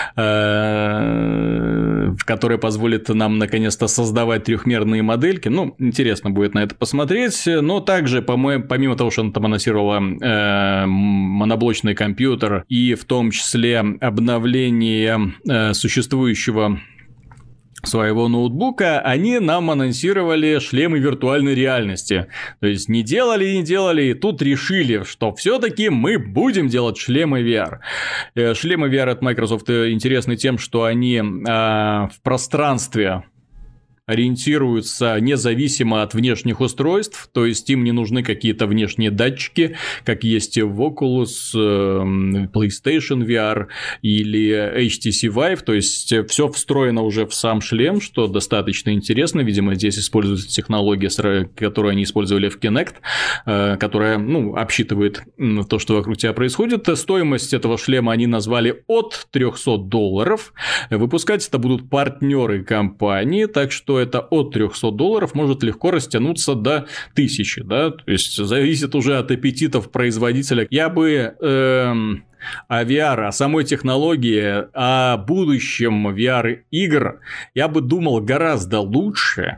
которая позволит нам наконец-то создавать трехмерные модельки. Ну, интересно будет на это посмотреть. Но также, помимо того, что она там анонсировала моноблочный компьютер и в том числе обновление существующего своего ноутбука, они нам анонсировали шлемы виртуальной реальности. То есть не делали, и тут решили, что все-таки мы будем делать шлемы VR. Шлемы VR от Microsoft интересны тем, что они в пространстве ориентируются независимо от внешних устройств, то есть им не нужны какие-то внешние датчики, как есть в Oculus, PlayStation VR или HTC Vive, то есть все встроено уже в сам шлем, что достаточно интересно, видимо, здесь используется технология, которую они использовали в Kinect, которая, обсчитывает то, что вокруг тебя происходит. Стоимость этого шлема они назвали от $300, выпускать это будут партнеры компании, так что это от $300 может легко растянуться до 1000, да, то есть зависит уже от аппетитов производителя. Я бы о VR, о самой технологии, о будущем VR-игр я бы думал гораздо лучше,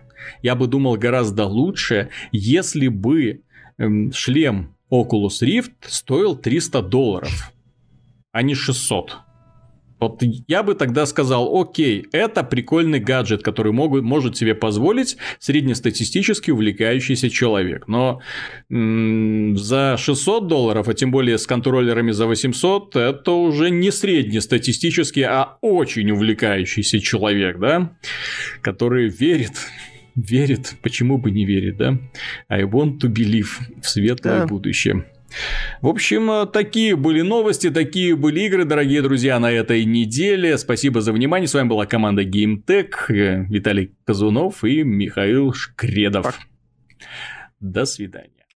если бы шлем Oculus Rift стоил $300, а не 600. Вот я бы тогда сказал, окей, это прикольный гаджет, который может себе позволить среднестатистически увлекающийся человек. Но за $600, а тем более с контроллерами за 800, это уже не среднестатистический, а очень увлекающийся человек, да, который верит, почему бы не верит, да? I want to believe в светлое будущее. В общем, такие были новости, такие были игры, дорогие друзья, на этой неделе. Спасибо за внимание. С вами была команда GameTech, Виталий Казунов и Михаил Шкредов. До свидания.